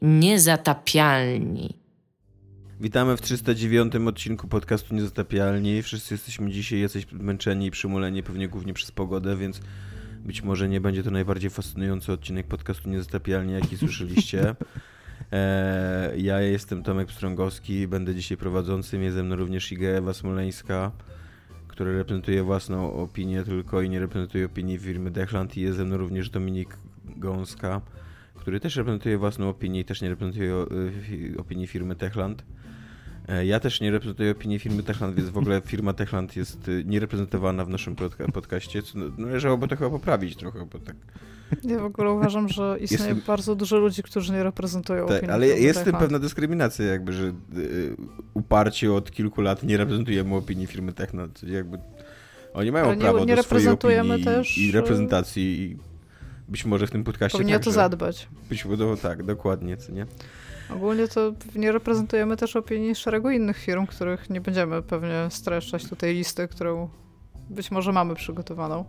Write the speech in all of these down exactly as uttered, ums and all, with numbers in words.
Niezatapialni. Witamy w trzysta dziewiątym odcinku podcastu Niezatapialni. Wszyscy jesteśmy dzisiaj jacyś zmęczeni i przymuleni, pewnie głównie przez pogodę, więc być może nie będzie to najbardziej fascynujący odcinek podcastu Niezatapialni, jaki słyszeliście. Eee, ja jestem Tomek Pstrągowski, będę dzisiaj prowadzącym, jest ze mną również Iga Ewa Smoleńska, która reprezentuje własną opinię tylko i nie reprezentuje opinii firmy Techland, i jest ze mną również Dominik Gąska, który też reprezentuje własną opinię i też nie reprezentuje opinii firmy Techland. Ja też nie reprezentuję opinii firmy Techland, więc w ogóle firma Techland jest niereprezentowana w naszym podca- podcaście, co należałoby to chyba poprawić trochę, bo tak... Ja w ogóle uważam, że istnieje jestem... bardzo dużo ludzi, którzy nie reprezentują tak, opinii ale firmy jest w tym Techland. pewna dyskryminacja jakby, że y, uparcie od kilku lat nie reprezentujemy opinii firmy Techland, jakby oni mają ale nie, prawo nie do swojej opinii też... i reprezentacji i być może w tym podcaście powinien także... to zadbać. Być może tak, dokładnie, co nie? Ogólnie to nie reprezentujemy też opinii szeregu innych firm, których nie będziemy pewnie streszczać tutaj listy, którą być może mamy przygotowaną.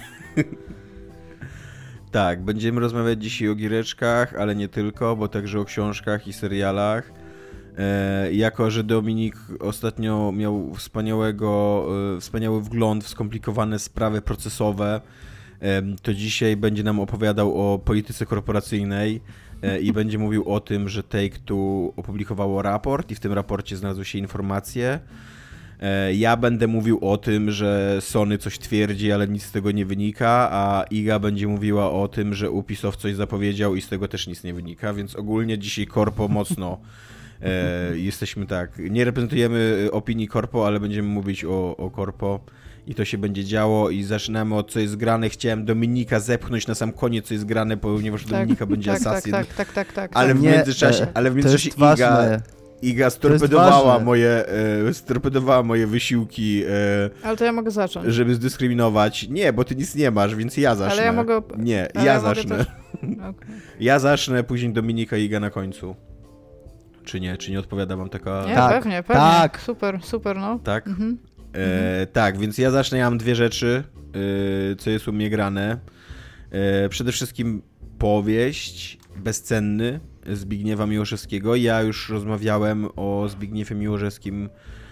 Tak, będziemy rozmawiać dzisiaj o giereczkach, ale nie tylko, bo także o książkach i serialach. E, jako że Dominik ostatnio miał wspaniałego, e, wspaniały wgląd w skomplikowane sprawy procesowe, e, to dzisiaj będzie nam opowiadał o polityce korporacyjnej e, i będzie mówił o tym, że Take-Two opublikowało raport i w tym raporcie znalazły się informacje. Ja będę mówił o tym, że Sony coś twierdzi, ale nic z tego nie wynika, a Iga będzie mówiła o tym, że Ubisoft coś zapowiedział i z tego też nic nie wynika, więc ogólnie dzisiaj korpo mocno e, jesteśmy tak, nie reprezentujemy opinii korpo, ale będziemy mówić o, o korpo i to się będzie działo i zaczynamy od co jest grane. Chciałem Dominika zepchnąć na sam koniec, co jest grane, ponieważ tak, Dominika będzie tak, Assassin, tak, tak, tak, tak, ale w nie, międzyczasie, ale w międzyczasie Iga... Iga storpedowała moje, e, storpedowała moje wysiłki, e, ale to ja mogę zacząć. Żeby zdyskryminować. Nie, bo ty nic nie masz, więc ja zacznę. Ale ja mogę... Nie, ale ja, ja zacznę. Też... Okay. Ja zacznę, później Dominika i Iga na końcu. Czy nie? Czy nie odpowiada wam taka... Nie, tak, pewnie, pewnie. Tak. Super, super, no. Tak? Mhm. E, tak, więc ja zacznę, ja mam dwie rzeczy, e, co jest u mnie grane. E, przede wszystkim powieść, Bezcenny, Zbigniewa Miłoszewskiego. Ja już rozmawiałem o Zbigniewie Miłoszewskim,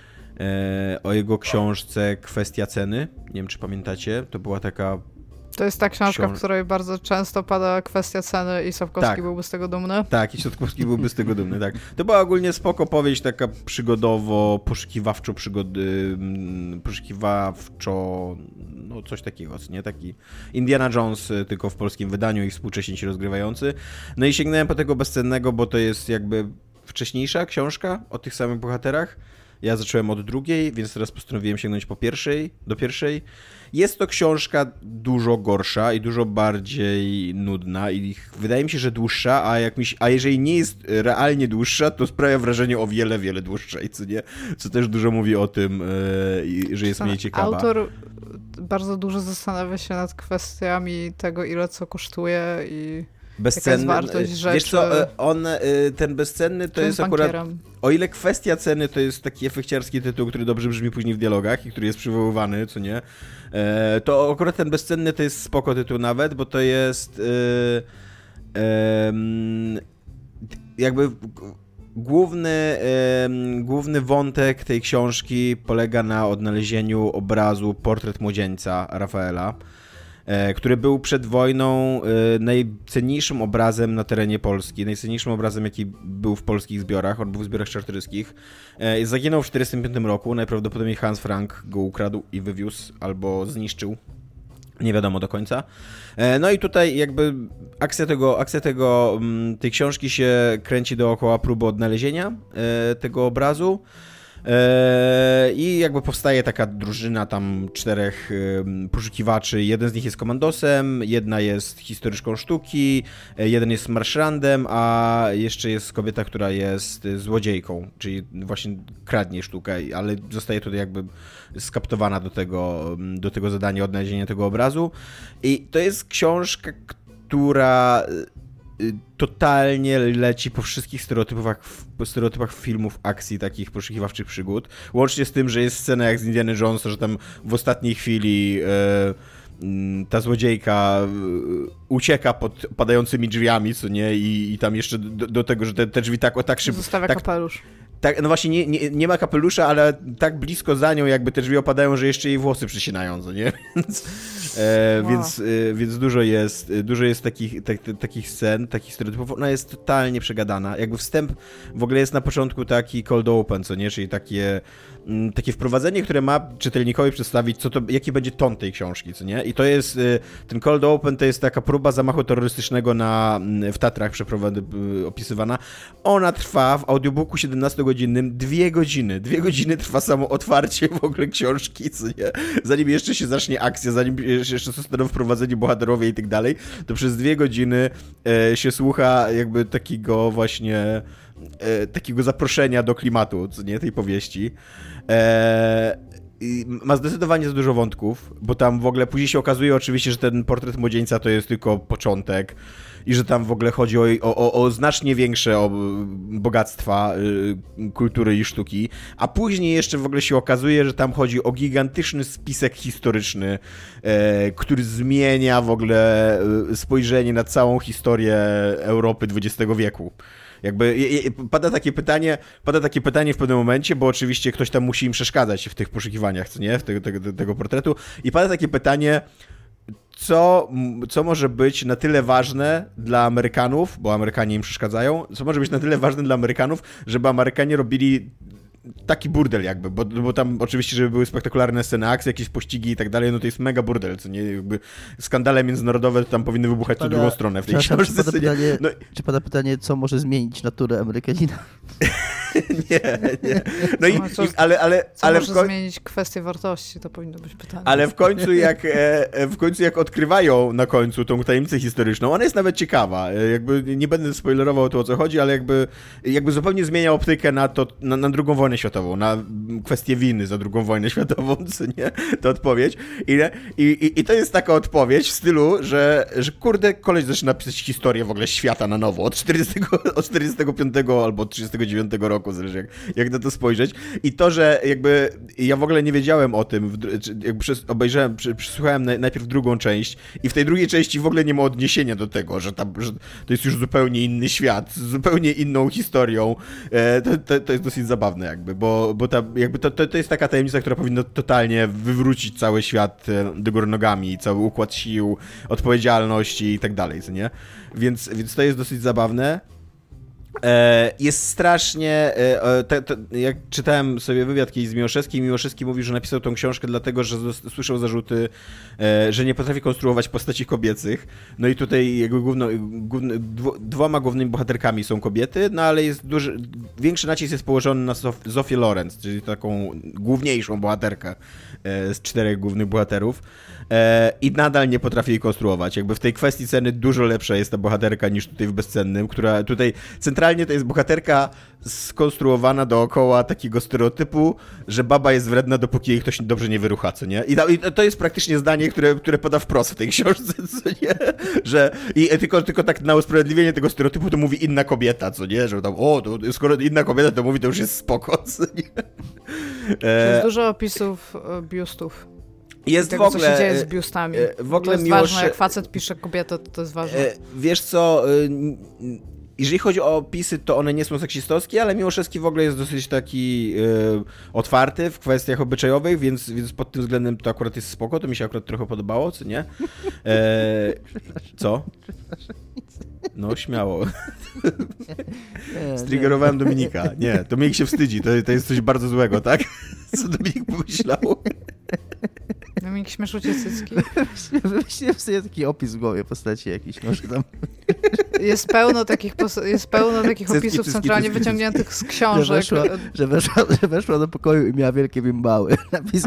e, o jego książce Kwestia ceny. Nie wiem, czy pamiętacie. To była taka... To jest ta książka, książ... w której bardzo często pada kwestia ceny i Sapkowski tak. byłby z tego dumny. Tak, i Sapkowski byłby z tego dumny, tak. To była ogólnie spoko powieść, taka przygodowo, poszukiwawczo, przygody, poszukiwawczo, no coś takiego, nie? Taki Indiana Jones, tylko w polskim wydaniu i współcześnie się rozgrywający. No i sięgnąłem po tego Bezcennego, bo to jest jakby wcześniejsza książka o tych samych bohaterach. Ja zacząłem od drugiej, więc teraz postanowiłem sięgnąć po pierwszej, do pierwszej. Jest to książka dużo gorsza i dużo bardziej nudna i wydaje mi się, że dłuższa, a, jak mi się, a jeżeli nie jest realnie dłuższa, to sprawia wrażenie o wiele, wiele dłuższej, co nie? Co też dużo mówi o tym, yy, że jest mniej ciekawa. Autor bardzo dużo zastanawia się nad kwestiami tego, ile co kosztuje i... Bezcenny, wartość rzeczy. Wiesz co, on, ten Bezcenny to jest akurat, o ile Kwestia ceny to jest taki efekciarski tytuł, który dobrze brzmi później w dialogach i który jest przywoływany, co nie, to akurat ten Bezcenny to jest spoko tytuł nawet, bo to jest jakby główny, główny wątek tej książki polega na odnalezieniu obrazu Portret młodzieńca Rafaela, który był przed wojną najcenniejszym obrazem na terenie Polski, najcenniejszym obrazem, jaki był w polskich zbiorach. On był w zbiorach czartoryskich. Zaginął w tysiąc dziewięćset czterdziestym piątym roku, najprawdopodobniej Hans Frank go ukradł i wywiózł albo zniszczył. Nie wiadomo do końca. No i tutaj jakby akcja tego, akcja tego, tej książki się kręci dookoła próby odnalezienia tego obrazu. I jakby powstaje taka drużyna tam czterech poszukiwaczy. Jeden z nich jest komandosem, jedna jest historyczką sztuki, jeden jest marszrandem, a jeszcze jest kobieta, która jest złodziejką, czyli właśnie kradnie sztukę, ale zostaje tutaj jakby skaptowana do tego, do tego zadania odnalezienia tego obrazu. I to jest książka, która totalnie leci po wszystkich stereotypach, po stereotypach filmów akcji, takich poszukiwawczych przygód. Łącznie z tym, że jest scena jak z Indiana Jonesa, że tam w ostatniej chwili ta złodziejka ucieka pod padającymi drzwiami, co nie, i, i tam jeszcze do, do tego, że te, te drzwi tak o tak szybko... Zostawia tak, kapelusz. Tak, no właśnie nie, nie, nie ma kapelusza, ale tak blisko za nią jakby te drzwi opadają, że jeszcze jej włosy przysinają, co nie? Więc, e, wow. więc, e, więc dużo jest, dużo jest takich, tak, takich scen, takich stereotypów. Ona jest totalnie przegadana. Jakby wstęp w ogóle jest na początku taki cold open, co nie? Czyli takie, m, takie wprowadzenie, które ma czytelnikowi przedstawić, co to, jaki będzie ton tej książki, co nie? I to jest, ten cold open to jest taka próba zamachu terrorystycznego na, w Tatrach opisywana. Ona trwa w audiobooku siedemnastogodzinnym dwie godziny. Dwie godziny trwa samo otwarcie w ogóle książki, co nie? Zanim jeszcze się zacznie akcja, zanim jeszcze zostaną wprowadzeni bohaterowie i tak dalej, to przez dwie godziny e, się słucha jakby takiego właśnie e, takiego zaproszenia do klimatu, co nie? Tej powieści. E, ma zdecydowanie za dużo wątków, bo tam w ogóle później się okazuje oczywiście, że ten portret młodzieńca to jest tylko początek i że tam w ogóle chodzi o, o, o znacznie większe o bogactwa y, kultury i sztuki, a później jeszcze w ogóle się okazuje, że tam chodzi o gigantyczny spisek historyczny, e, który zmienia w ogóle spojrzenie na całą historię Europy dwudziestego wieku. Jakby je, je, pada takie pytanie, pada takie pytanie w pewnym momencie, bo oczywiście ktoś tam musi im przeszkadzać w tych poszukiwaniach, co nie, w tego, tego, tego portretu, i pada takie pytanie, co, co może być na tyle ważne dla Amerykanów, bo Amerykanie im przeszkadzają, co może być na tyle ważne dla Amerykanów, żeby Amerykanie robili taki burdel jakby, bo, bo tam oczywiście, żeby były spektakularne sceny akcji, jakieś pościgi i tak dalej, no to jest mega burdel, co nie, jakby skandale międzynarodowe to tam powinny wybuchać na drugą stronę w tej książce. Czy pada, pytanie, no... czy pada pytanie, co może zmienić naturę Amerykanina? nie, nie. No i, co, i ale, ale, co ale może w koń... zmienić kwestię wartości, to powinno być pytanie. Ale w końcu jak e, w końcu jak odkrywają na końcu tą tajemnicę historyczną, ona jest nawet ciekawa. Jakby nie będę spoilerował to, o co chodzi, ale jakby, jakby zupełnie zmienia optykę na to, na, na drugą wojnę światową, na kwestię winy za drugą wojnę światową, co nie? To odpowiedź. I, i, i to jest taka odpowiedź w stylu, że, że kurde, koleś zaczyna pisać historię w ogóle świata na nowo od czterdziestego, od czterdziestego piątego albo od trzydziestego dziewiątego roku, zależy jak, jak na to spojrzeć. I to, że jakby ja w ogóle nie wiedziałem o tym, jakby przez, obejrzałem, przesłuchałem najpierw drugą część i w tej drugiej części w ogóle nie ma odniesienia do tego, że, tam, że to jest już zupełnie inny świat, z zupełnie inną historią. To, to, to jest dosyć zabawne jakby, bo, bo ta, jakby to, to, to jest taka tajemnica, która powinna totalnie wywrócić cały świat do góry nogami, cały układ sił, odpowiedzialności i tak dalej, co nie? Więc, więc to jest dosyć zabawne. Jest strasznie, te, te, jak czytałem sobie wywiad kiedyś z Miłoszewskim, Miłoszewski mówił, że napisał tą książkę dlatego, że słyszał zarzuty, że nie potrafi konstruować postaci kobiecych. No i tutaj jakby główno, główno, dwoma głównymi bohaterkami są kobiety, no ale jest duży, większy nacisk jest położony na Sof- Zofię Lorenz, czyli taką główniejszą bohaterkę z czterech głównych bohaterów. I nadal nie potrafi jej konstruować. Jakby w tej kwestii ceny dużo lepsza jest ta bohaterka niż tutaj w Bezcennym, która tutaj centralnie to jest bohaterka skonstruowana dookoła takiego stereotypu, że baba jest wredna, dopóki jej ktoś dobrze nie wyrucha, co nie? I to jest praktycznie zdanie, które, które pada wprost w tej książce, co nie? Że i tylko, tylko tak na usprawiedliwienie tego stereotypu to mówi inna kobieta, co nie? Że tam, o, to, skoro inna kobieta to mówi, to już jest spoko, co nie? E... Jest dużo opisów biustów. Jest tego, w ogóle, co się dzieje z biustami. W ogóle to jest Miłosz... ważne, jak facet pisze kobietę, to to jest ważne. Wiesz co, jeżeli chodzi o opisy, to one nie są seksistowskie, ale Miłoszewski w ogóle jest dosyć taki y, otwarty w kwestiach obyczajowych, więc, więc pod tym względem to akurat jest spoko, to mi się akurat trochę podobało, co nie? E, co? No, śmiało. Striggerowałem Dominika. Nie, Dominik się wstydzi, to, to jest coś bardzo złego, tak? Co Dominik pomyślał? Dominik, śmieszył cię cycki? Wymyśliłem sobie taki opis w głowie postaci jakiś, może tam... Jest pełno takich, jest pełno takich cycki, opisów cycki, centralnie cycki, wyciągniętych cycki. z książek. Że weszła, że, weszła, że weszła do pokoju i miała wielkie bimbały. Napis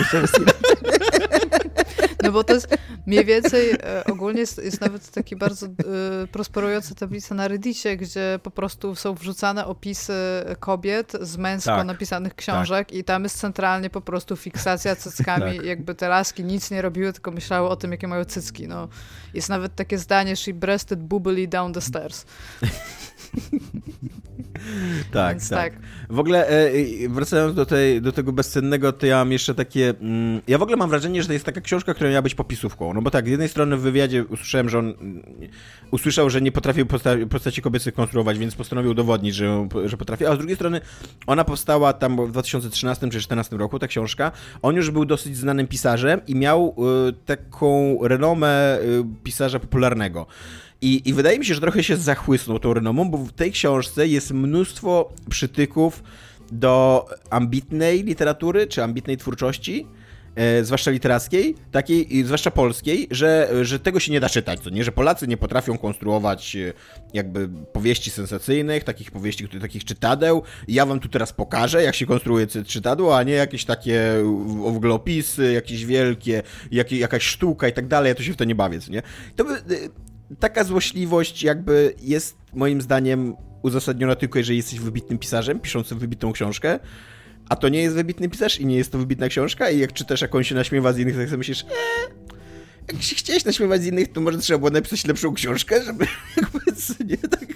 No bo to jest mniej więcej, e, ogólnie jest, jest nawet taki bardzo e, prosperująca tablica na Reddicie, gdzie po prostu są wrzucane opisy kobiet z męsko tak, napisanych książek tak. I tam jest centralnie po prostu fiksacja cyckami, tak. Jakby te laski nic nie robiły, tylko myślały o tym, jakie mają cycki. No, jest nawet takie zdanie, she breasted boobily down the stairs. Tak, tak, tak. W ogóle wracając do, tej, do tego bezcennego, to ja mam jeszcze takie... Mm, ja w ogóle mam wrażenie, że to jest taka książka, która miała być popisówką. No bo tak, z jednej strony w wywiadzie usłyszałem, że on usłyszał, że nie potrafił posta- postaci kobiecych konstruować, więc postanowił udowodnić, że, że potrafi. A z drugiej strony ona powstała tam w dwa tysiące trzynastym czy dwa tysiące czternastym roku, ta książka. On już był dosyć znanym pisarzem i miał y, taką renomę y, pisarza popularnego. I, I wydaje mi się, że trochę się zachłysnął tą renomą, bo w tej książce jest mnóstwo przytyków do ambitnej literatury, czy ambitnej twórczości, e, zwłaszcza literackiej, takiej, zwłaszcza polskiej, że, że tego się nie da czytać, co nie? Że Polacy nie potrafią konstruować jakby powieści sensacyjnych, takich powieści, takich czytadeł. Ja wam tu teraz pokażę, jak się konstruuje czytadło, a nie jakieś takie w ogóle opisy, jakieś wielkie, jak, jakaś sztuka i tak dalej, ja to się w to nie bawię, co nie? To by... Taka złośliwość jakby jest moim zdaniem uzasadniona tylko, jeżeli jesteś wybitnym pisarzem, piszącym wybitną książkę, a to nie jest wybitny pisarz i nie jest to wybitna książka i jak czytasz, jak on się naśmiewa z innych, to tak sobie myślisz, eee, jak się chciałeś naśmiewać z innych, to może trzeba było napisać lepszą książkę, żeby jakby, nie, tak...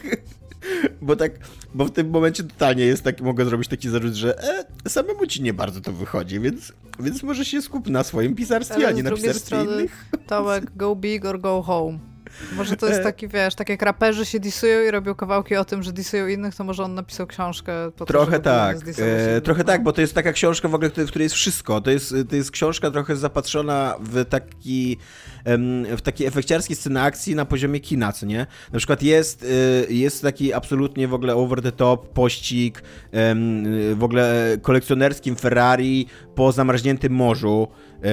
Bo tak, bo w tym momencie totalnie jest taki, mogę zrobić taki zarzut, że e, samemu ci nie bardzo to wychodzi, więc, więc może się skup na swoim pisarstwie, ale a nie na pisarstwie strony, innych. Tomek, go big or go home. Może to jest taki, wiesz, tak jak raperzy się disują i robią kawałki o tym, że disują innych, to może on napisał książkę po to, Trochę tak, e, trochę tak, bo to jest taka książka w ogóle, w której jest wszystko. To jest, to jest książka trochę zapatrzona w taki, w taki efekciarski sceny akcji na poziomie kina, co nie? Na przykład jest, jest taki absolutnie w ogóle over the top pościg w ogóle kolekcjonerskim Ferrari po zamarzniętym morzu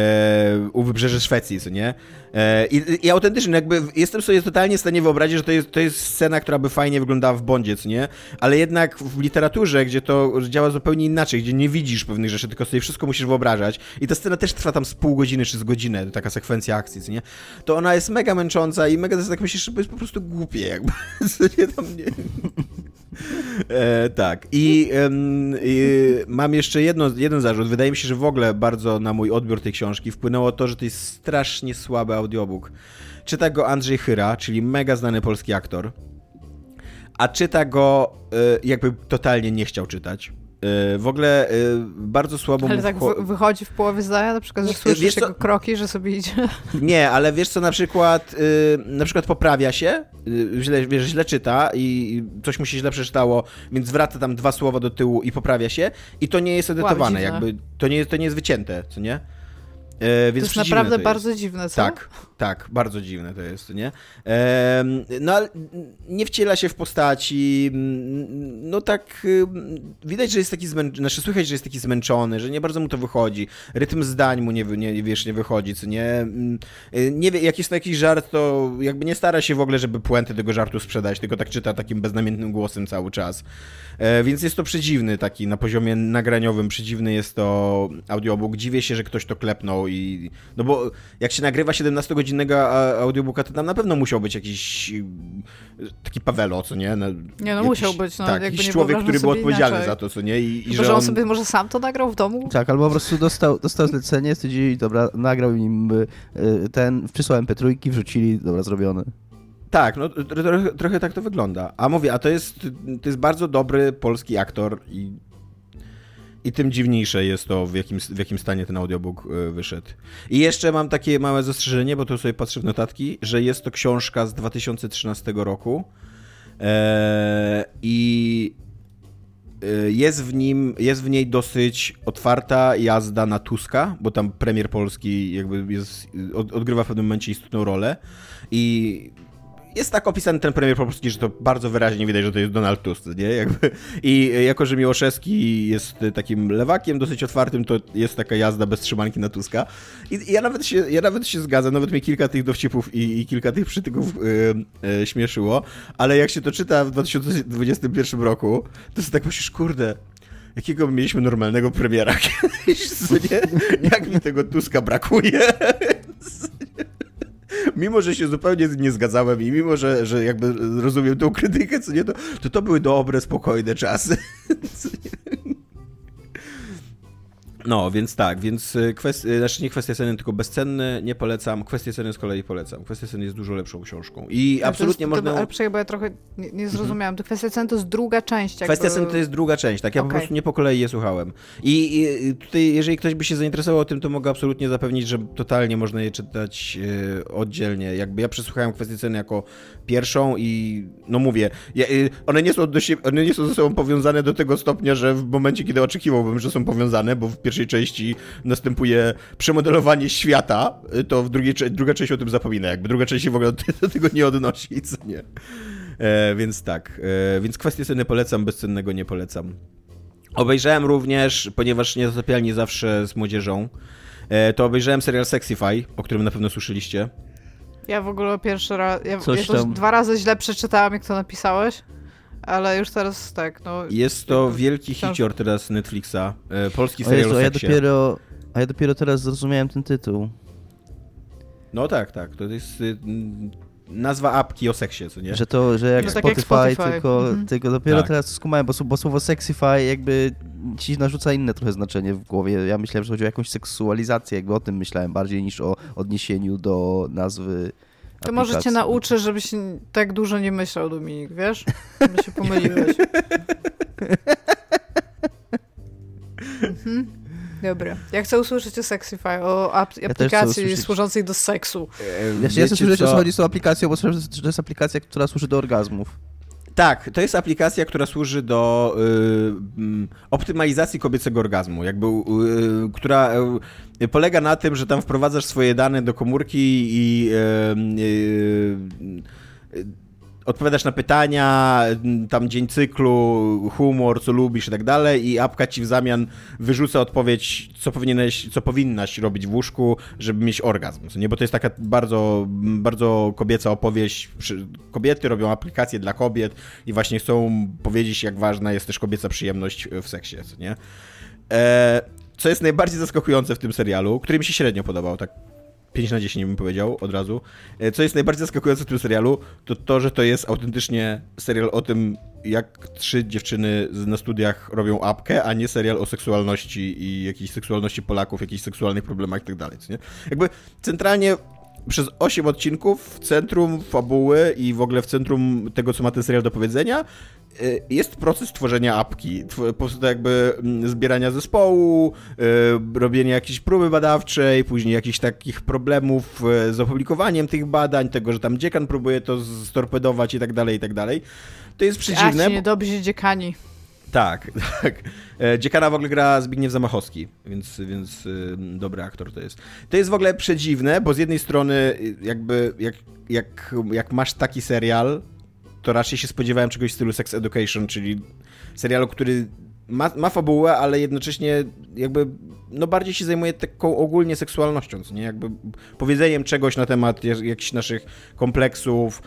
u wybrzeży Szwecji, co nie? I, i autentycznie, jakby jestem sobie totalnie w stanie wyobrazić, że to jest, to jest scena, która by fajnie wyglądała w Bondzie, co nie? Ale jednak w literaturze, gdzie to działa zupełnie inaczej, gdzie nie widzisz pewnych rzeczy, tylko sobie wszystko musisz wyobrażać i ta scena też trwa tam z pół godziny czy z godzinę, taka sekwencja akcji, co nie? To ona jest mega męcząca i mega, tak myślisz, że to jest po prostu głupie, jakby, co nie tam nie... E, tak. I, em, i mam jeszcze jedno, jeden zarzut. Wydaje mi się, że w ogóle bardzo na mój odbiór tej książki wpłynęło to, że to jest strasznie słaby audiobook. Czyta go Andrzej Chyra, czyli mega znany polski aktor, a czyta go e, jakby totalnie nie chciał czytać. W ogóle bardzo słabo ale mu... tak w- wychodzi w połowie zdania, na przykład, że słyszysz wiesz, jego co? kroki, że sobie idzie. Nie, ale wiesz co, na przykład na przykład poprawia się, źle, wiesz, źle czyta i coś mu się źle przeczytało, więc zwraca tam dwa słowa do tyłu i poprawia się i to nie jest edytowane, wow, jakby, to nie, to nie jest wycięte, co nie? E, więc to jest naprawdę to bardzo jest. dziwne, co? Tak, tak, bardzo dziwne to jest, nie? E, no ale nie wciela się w postaci, no tak, widać, że jest taki zmęczony, znaczy słychać, że jest taki zmęczony, że nie bardzo mu to wychodzi, rytm zdań mu nie, nie, wiesz, nie wychodzi, co nie? Nie wie, jak jest to jakiś żart, to jakby nie stara się w ogóle, żeby puentę tego żartu sprzedać, tylko tak czyta takim beznamiętnym głosem cały czas. E, więc jest to przedziwny taki, na poziomie nagraniowym, przedziwny jest to audiobook. Dziwię się, że ktoś to klepnął i... No bo jak się nagrywa siedemnastogodzinnego audiobooka, to tam na pewno musiał być jakiś taki Pawelo, co nie? No, nie, no jakiś, musiał być, no. Tak, jakby jakiś nie człowiek, który był odpowiedzialny inaczej. za to, co nie? I, i Chyba, że on... on sobie może sam to nagrał w domu? Tak, albo po prostu dostał, dostał zlecenie, stwierdzili, dobra, nagrał im ten, przysłał em pe trzy, wrzucili, dobra, zrobione. Tak, no trochę, trochę tak to wygląda. A mówię, a to jest, to jest bardzo dobry polski aktor i, i tym dziwniejsze jest to, w jakim, w jakim stanie ten audiobook wyszedł. I jeszcze mam takie małe zastrzeżenie, bo tu sobie patrzę w notatki, że jest to książka z dwa tysiące trzynastego roku eee, i jest w nim, jest w niej dosyć otwarta jazda na Tuska, bo tam premier polski jakby jest, od, odgrywa w pewnym momencie istotną rolę i jest tak opisany ten premier polski, że to bardzo wyraźnie widać, że to jest Donald Tusk, nie? Jakby. I jako, że Miłoszewski jest takim lewakiem dosyć otwartym, to jest taka jazda bez trzymanki na Tuska. I ja nawet się, ja nawet się zgadzam, nawet mnie kilka tych dowcipów i, i kilka tych przytyków yy, yy, śmieszyło, ale jak się to czyta w dwa tysiące dwudziestym pierwszym roku, to sobie tak myślisz, kurde, jakiego my mieliśmy normalnego premiera kiedyś, co nie? Jak mi tego Tuska brakuje. Mimo, że się zupełnie nie zgadzałem i mimo, że, że jakby rozumiem tą krytykę, co nie, to, to to były dobre, spokojne czasy. No, więc tak, więc kwestia, znaczy nie Kwestia Sceny, tylko Bezcenny nie polecam, Kwestię Sceny z kolei polecam. Kwestia Sceny jest dużo lepszą książką i A absolutnie to jest, można... To, ale przecież, bo ja trochę nie, nie zrozumiałam, to Kwestia Sceny to jest druga część. Jakby... Kwestia Sceny to jest druga część, tak, ja okay. po prostu nie po kolei je słuchałem. I, I tutaj, jeżeli ktoś by się zainteresował tym, to mogę absolutnie zapewnić, że totalnie można je czytać e, oddzielnie. Jakby ja przesłuchałem Kwestię Sceny jako pierwszą i no mówię, ja, one, nie są do siebie, one nie są ze sobą powiązane do tego stopnia, że w momencie, kiedy oczekiwałbym, że są powiązane, bo w pierwszej części następuje przemodelowanie świata, to w drugiej, druga część o tym zapomina, jakby druga część się w ogóle do tego nie odnosi, co nie. E, więc tak, e, więc Kwestię Sceny polecam, Bezcennego nie polecam. Obejrzałem również, ponieważ Niezatopialni zawsze z młodzieżą, e, to obejrzałem serial Sexify, o którym na pewno słyszeliście. Ja w ogóle pierwszy raz, ja, Coś ja to tam... dwa razy źle przeczytałam, jak to napisałeś. Ale już teraz tak, no... Jest to wielki książ... hicior teraz Netflixa, e, polski serial o Jezu, o a ja seksie. dopiero, a ja dopiero teraz zrozumiałem ten tytuł. No tak, tak, to jest y, nazwa apki o seksie, co nie? Że to, że jak, no, Spotify, tak jak Spotify, tylko, mhm. tylko dopiero tak. teraz skumałem, bo, bo słowo Sexify jakby ci narzuca inne trochę znaczenie w głowie. Ja myślałem, że chodzi o jakąś seksualizację, jakby o tym myślałem bardziej niż o odniesieniu do nazwy To może cię nauczy, żebyś tak dużo nie myślał, Dominik, wiesz? Bo się pomyliłeś. mhm. Dobra. Ja chcę usłyszeć o Sexify, o ap- ja aplikacji służącej do seksu. E, ja chcę usłyszeć, o co chodzi z tą aplikacją, bo słyszałem, że to jest aplikacja, która służy do orgazmów. Tak, to jest aplikacja, która służy do y, y, optymalizacji kobiecego orgazmu, jakby, y, która y, polega na tym, że tam wprowadzasz swoje dane do komórki i y, y, y, odpowiadasz na pytania, tam dzień cyklu, humor, co lubisz i tak dalej i apka ci w zamian wyrzuca odpowiedź, co powinieneś, co powinnaś robić w łóżku, żeby mieć orgazm, nie? Bo to jest taka bardzo, bardzo kobieca opowieść. Kobiety robią aplikacje dla kobiet i właśnie chcą powiedzieć, jak ważna jest też kobieca przyjemność w seksie, nie? E, co jest najbardziej zaskakujące w tym serialu, który mi się średnio podobał, tak pięć na dziesięć bym powiedział od razu. Co jest najbardziej zaskakujące w tym serialu, to to, że to jest autentycznie serial o tym, jak trzy dziewczyny na studiach robią apkę, a nie serial o seksualności i jakiejś seksualności Polaków, jakichś seksualnych problemach i tak dalej, nie? Jakby centralnie przez osiem odcinków w centrum fabuły i w ogóle w centrum tego, co ma ten serial do powiedzenia, jest proces tworzenia apki, po prostu jakby zbierania zespołu, robienia jakiejś próby badawczej, później jakichś takich problemów z opublikowaniem tych badań, tego, że tam dziekan próbuje to storpedować i tak dalej, i tak dalej. To jest przedziwne. Ach, niedobrzy dziekani. Tak, tak. Dziekana w ogóle gra Zbigniew Zamachowski, więc, więc y, dobry aktor to jest. To jest w ogóle przedziwne, bo z jednej strony jakby jak, jak, jak masz taki serial, to raczej się spodziewałem czegoś w stylu Sex Education, czyli serialu, który ma, ma fabułę, ale jednocześnie jakby no bardziej się zajmuje taką ogólnie seksualnością, nie? Jakby powiedzeniem czegoś na temat jakichś naszych kompleksów,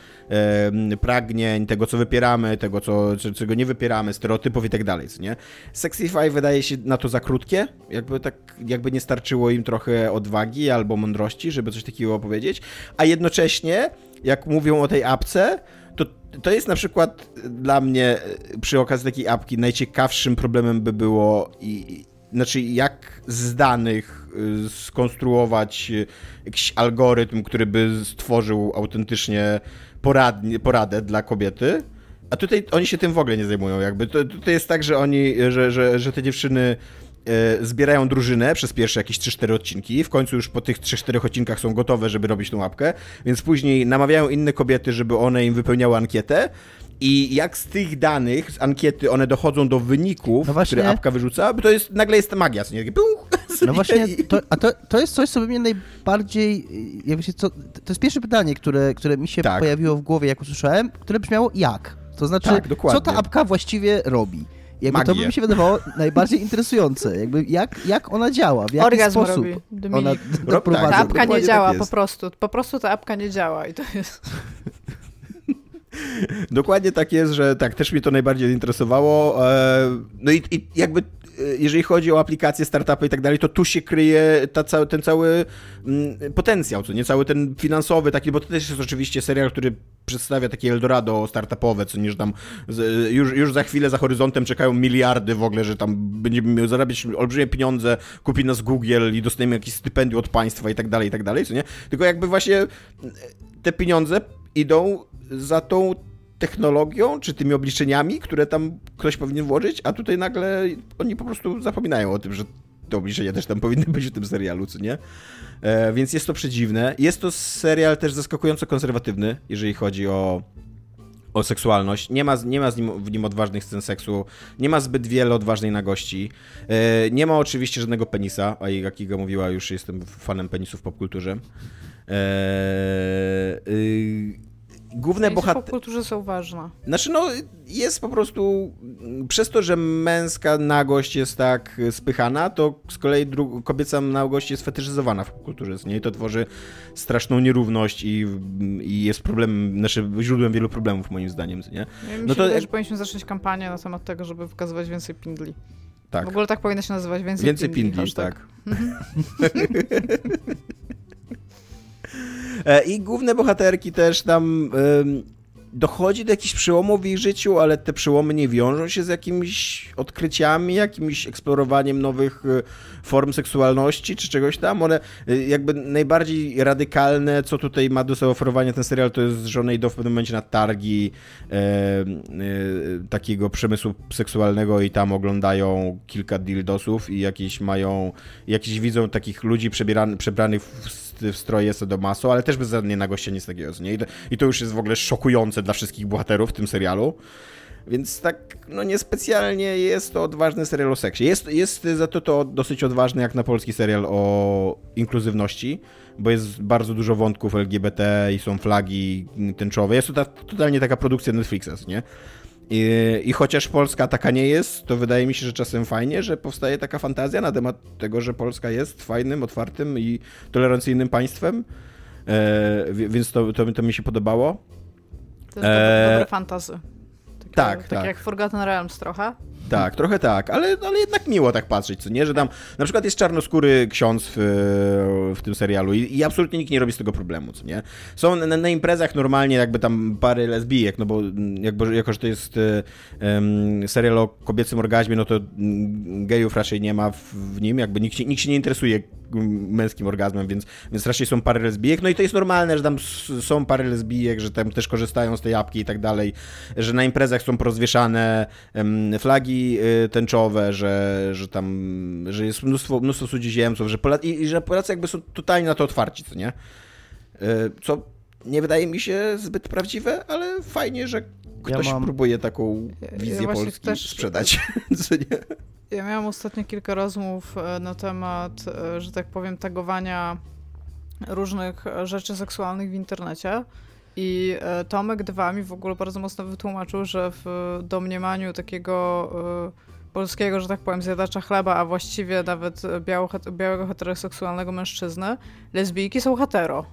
e, pragnień, tego co wypieramy, tego co, czego nie wypieramy, stereotypów i tak dalej, nie? Sexify wydaje się na to za krótkie, jakby tak, jakby nie starczyło im trochę odwagi albo mądrości, żeby coś takiego opowiedzieć, a jednocześnie jak mówią o tej apce, to to jest na przykład dla mnie przy okazji takiej apki najciekawszym problemem by było i, znaczy jak z danych skonstruować jakiś algorytm, który by stworzył autentycznie poradnie, poradę dla kobiety, a tutaj oni się tym w ogóle nie zajmują, jakby to, to jest tak, że oni, że, że, że te dziewczyny zbierają drużynę przez pierwsze jakieś trzy cztery odcinki, w końcu już po tych trzech czterech odcinkach są gotowe, żeby robić tą apkę, więc później namawiają inne kobiety, żeby one im wypełniały ankietę i jak z tych danych, z ankiety one dochodzą do wyników, no które apka wyrzuca, bo to jest, nagle jest magia, co nie? Puch, no właśnie, to, a to, to jest coś, co by mnie najbardziej, jakby się, co, to jest pierwsze pytanie, które, które mi się tak. pojawiło w głowie, jak usłyszałem, które brzmiało jak? To znaczy, tak, co ta apka właściwie robi? Jakby Magię. To by mi się wydawało najbardziej interesujące. Jakby jak, jak ona działa, w jaki Orgazm sposób robi. ona doprowadza. Ta apka nie działa, tak po prostu. Po prostu ta apka nie działa i to jest... Dokładnie tak jest, że tak, też mnie to najbardziej interesowało. No i, i jakby jeżeli chodzi o aplikacje, startupy i tak dalej, to tu się kryje ta, ca- ten cały mm, potencjał, co nie, cały ten finansowy taki, bo to też jest oczywiście serial, który przedstawia takie Eldorado startupowe, co nie, że tam z, już, już za chwilę za horyzontem czekają miliardy w ogóle, że tam będziemy miał zarabiać olbrzymie pieniądze, kupi nas Google i dostaniemy jakieś stypendium od państwa i tak dalej, i tak dalej, co nie? Tylko jakby właśnie te pieniądze idą za tą technologią, czy tymi obliczeniami, które tam ktoś powinien włożyć, a tutaj nagle oni po prostu zapominają o tym, że te obliczenia też tam powinny być w tym serialu, co nie? E, więc jest to przedziwne. Jest to serial też zaskakująco konserwatywny, jeżeli chodzi o, o seksualność. Nie ma, nie ma z nim, w nim odważnych scen seksu, nie ma zbyt wiele odważnej nagości. E, nie ma oczywiście żadnego penisa, a jak Iga mówiła, już jestem fanem penisów w popkulturze. E, y, Główne bohatery... w popkulturze są ważne. Znaczy, no, jest po prostu... Przez to, że męska nagość jest tak spychana, to z kolei dru... kobieca nagość jest fetyszyzowana w popkulturze, nie? I to tworzy straszną nierówność i, i jest problemem, znaczy źródłem wielu problemów, moim zdaniem, nie? Ja mi no się to wydaje, że powinniśmy zacząć kampanię na temat tego, żeby wykazywać więcej pindli. Tak. W ogóle tak powinno się nazywać, więcej, więcej pindli. Więcej pindli, tak. I główne bohaterki też tam ym, dochodzi do jakichś przełomów w ich życiu, ale te przełomy nie wiążą się z jakimiś odkryciami, jakimś eksplorowaniem nowych y, form seksualności czy czegoś tam. One y, jakby najbardziej radykalne, co tutaj ma do zaoferowania ten serial, to jest, że one idą w pewnym momencie na targi y, y, takiego przemysłu seksualnego i tam oglądają kilka dildosów i jakieś mają, jakieś widzą takich ludzi przebieranych, przebranych w w stroje sadomaso, ale też bez żadnej nagości, nic takiego, nie? I to, I to już jest w ogóle szokujące dla wszystkich bohaterów w tym serialu. Więc tak, no niespecjalnie jest to odważny serial o seksie. Jest, jest za to to dosyć odważny jak na polski serial o inkluzywności, bo jest bardzo dużo wątków L G B T i są flagi tęczowe. Jest to ta, totalnie taka produkcja Netflixa, nie? I, I chociaż Polska taka nie jest, to wydaje mi się, że czasem fajnie, że powstaje taka fantazja na temat tego, że Polska jest fajnym, otwartym i tolerancyjnym państwem, e, więc to, to, to mi się podobało. To jest e... dobre fantasy. Takie, tak, takie tak. jak Forgotten Realms trochę. Tak, trochę tak, ale, ale jednak miło tak patrzeć, co nie, że tam na przykład jest czarnoskóry ksiądz w, w tym serialu i, i absolutnie nikt nie robi z tego problemu, co nie. Są na, na imprezach normalnie jakby tam pary lesbijek, no bo jakby, jako, że to jest um, serial o kobiecym orgazmie, no to gejów raczej nie ma w, w nim, jakby nikt, nikt się nie interesuje męskim orgazmem, więc, więc raczej są pary lesbijek, no i to jest normalne, że tam są pary lesbijek, że tam też korzystają z tej apki i tak dalej, że na imprezach są porozwieszane um, flagi tęczowe, że, że tam, że jest mnóstwo, mnóstwo cudzoziemców, że Polacy, i, i że Polacy jakby są totalnie na to otwarci, co nie? Co nie wydaje mi się zbyt prawdziwe, ale fajnie, że ktoś ja mam... próbuje taką wizję ja Polski też... sprzedać. Co nie? Ja miałam ostatnio kilka rozmów na temat, że tak powiem, tagowania różnych rzeczy seksualnych w internecie. I Tomek dwa mi w ogóle bardzo mocno wytłumaczył, że w domniemaniu takiego y, polskiego, że tak powiem, zjadacza chleba, a właściwie nawet biało, białego heteroseksualnego mężczyzny, lesbijki są hetero.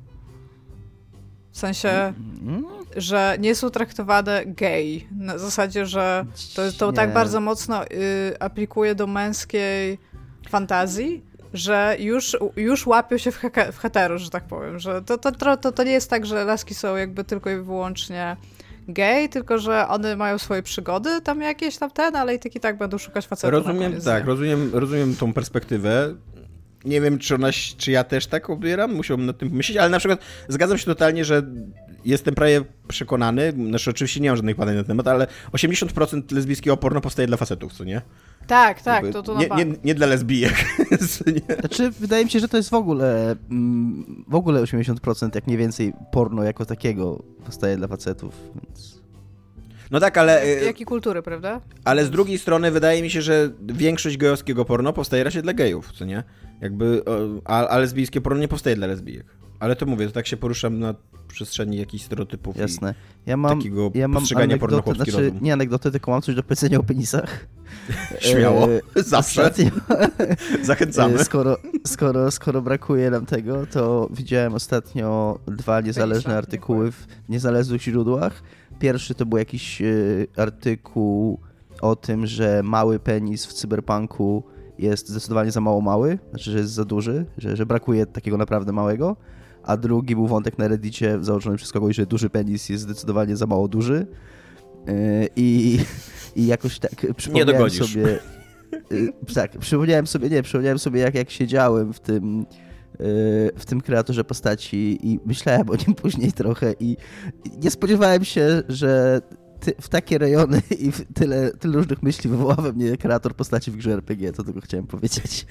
W sensie, mm. że nie są traktowane gay. Na zasadzie, że to, to tak bardzo mocno y, aplikuje do męskiej fantazji, że już, już łapią się w, heke, w hetero, że tak powiem, że to, to, to, to nie jest tak, że laski są jakby tylko i wyłącznie gay, tylko że one mają swoje przygody tam jakieś tam ten, ale i tak i tak będą szukać facetów. Rozumiem, tak, rozumiem, rozumiem tą perspektywę. Nie wiem, czy, ona, czy ja też tak odbieram, musiałbym nad tym myśleć, ale na przykład zgadzam się totalnie, że jestem prawie przekonany, znaczy oczywiście nie mam żadnych badań na temat, ale osiemdziesiąt procent lesbijskiego porno powstaje dla facetów, co nie? Tak, tak, jakby to, to na nie, nie, nie dla lesbijek. Znaczy, wydaje mi się, że to jest w ogóle w ogóle osiemdziesiąt procent, jak nie więcej, porno jako takiego powstaje dla facetów, więc... No tak, ale... Jak i kultury, prawda? Ale z drugiej strony wydaje mi się, że większość gejowskiego porno powstaje raczej dla gejów, co nie? Jakby, a, a lesbijskie porno nie powstaje dla lesbijek. Ale to mówię, to tak się poruszam na przestrzeni jakichś stereotypów. Jasne. Ja mam, takiego ja mam postrzegania porno znaczy, rozum. Nie anegdoty, tylko mam coś do powiedzenia o penisach. Śmiało, e, zawsze. Ostatnio, Zachęcamy. Skoro, skoro, skoro brakuje nam tego, to widziałem ostatnio dwa niezależne Penisa, artykuły w niezależnych źródłach. Pierwszy to był jakiś y, artykuł o tym, że mały penis w cyberpunku jest zdecydowanie za mało mały, znaczy, że jest za duży, że, że brakuje takiego naprawdę małego, a drugi był wątek na Reddicie założony przez kogoś, że duży penis jest zdecydowanie za mało duży i, i jakoś tak przypomniałem sobie... Tak, przypomniałem sobie, nie, przypomniałem sobie jak, jak siedziałem w tym w tym kreatorze postaci i myślałem o nim później trochę i nie spodziewałem się, że ty, w takie rejony i w tyle, tyle różnych myśli wywoła we mnie kreator postaci w grze R P G, to tylko chciałem powiedzieć.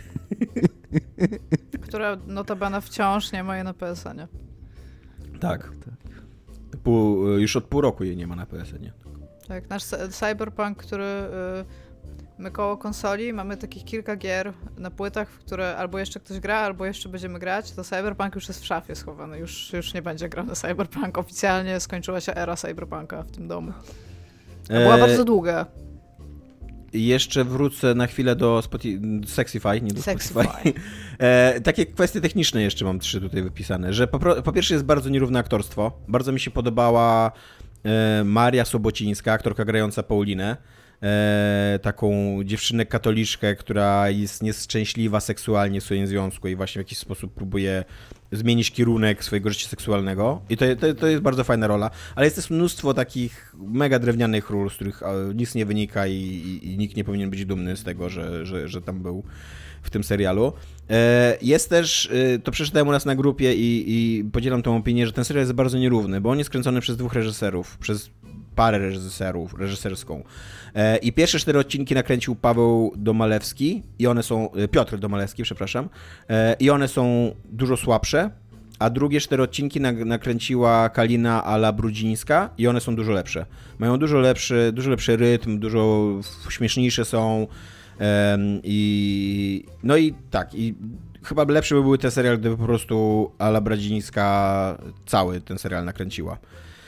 Która notabene wciąż nie ma jej na P S N-ie. Tak. tak. Pół, już od pół roku jej nie ma na P S N-ie. Tak, nasz Cyberpunk, który... My koło konsoli mamy takich kilka gier na płytach, w które albo jeszcze ktoś gra, albo jeszcze będziemy grać, to Cyberpunk już jest w szafie schowany, już, już nie będzie grany Cyberpunk. Oficjalnie skończyła się era Cyberpunka w tym domu. To była eee, bardzo długa. Jeszcze wrócę na chwilę do Spotify, Sexify, nie do Sexify. Spotify. E, takie kwestie techniczne jeszcze mam trzy tutaj wypisane, że po, po pierwsze jest bardzo nierówne aktorstwo. Bardzo mi się podobała e, Maria Sobocińska, aktorka grająca Paulinę. E, taką dziewczynę katoliczkę, która jest nieszczęśliwa seksualnie w swoim związku i właśnie w jakiś sposób próbuje zmienić kierunek swojego życia seksualnego. I to, to, to jest bardzo fajna rola, ale jest też mnóstwo takich mega drewnianych ról, z których nic nie wynika i, i, i nikt nie powinien być dumny z tego, że, że, że tam był w tym serialu. E, jest też, to przeczytałem u nas na grupie i, i podzielam tą opinię, że ten serial jest bardzo nierówny, bo on jest kręcony przez dwóch reżyserów, przez parę reżyserów, reżyserską. I pierwsze cztery odcinki nakręcił Paweł Domalewski i one są, Piotr Domalewski, przepraszam, i one są dużo słabsze, a drugie cztery odcinki nakręciła Kalina Ala Brudzińska i one są dużo lepsze. Mają dużo lepszy, dużo lepszy rytm, dużo śmieszniejsze są i no i tak, i chyba lepszy by był ten serial, gdyby po prostu Ala Brudzińska cały ten serial nakręciła.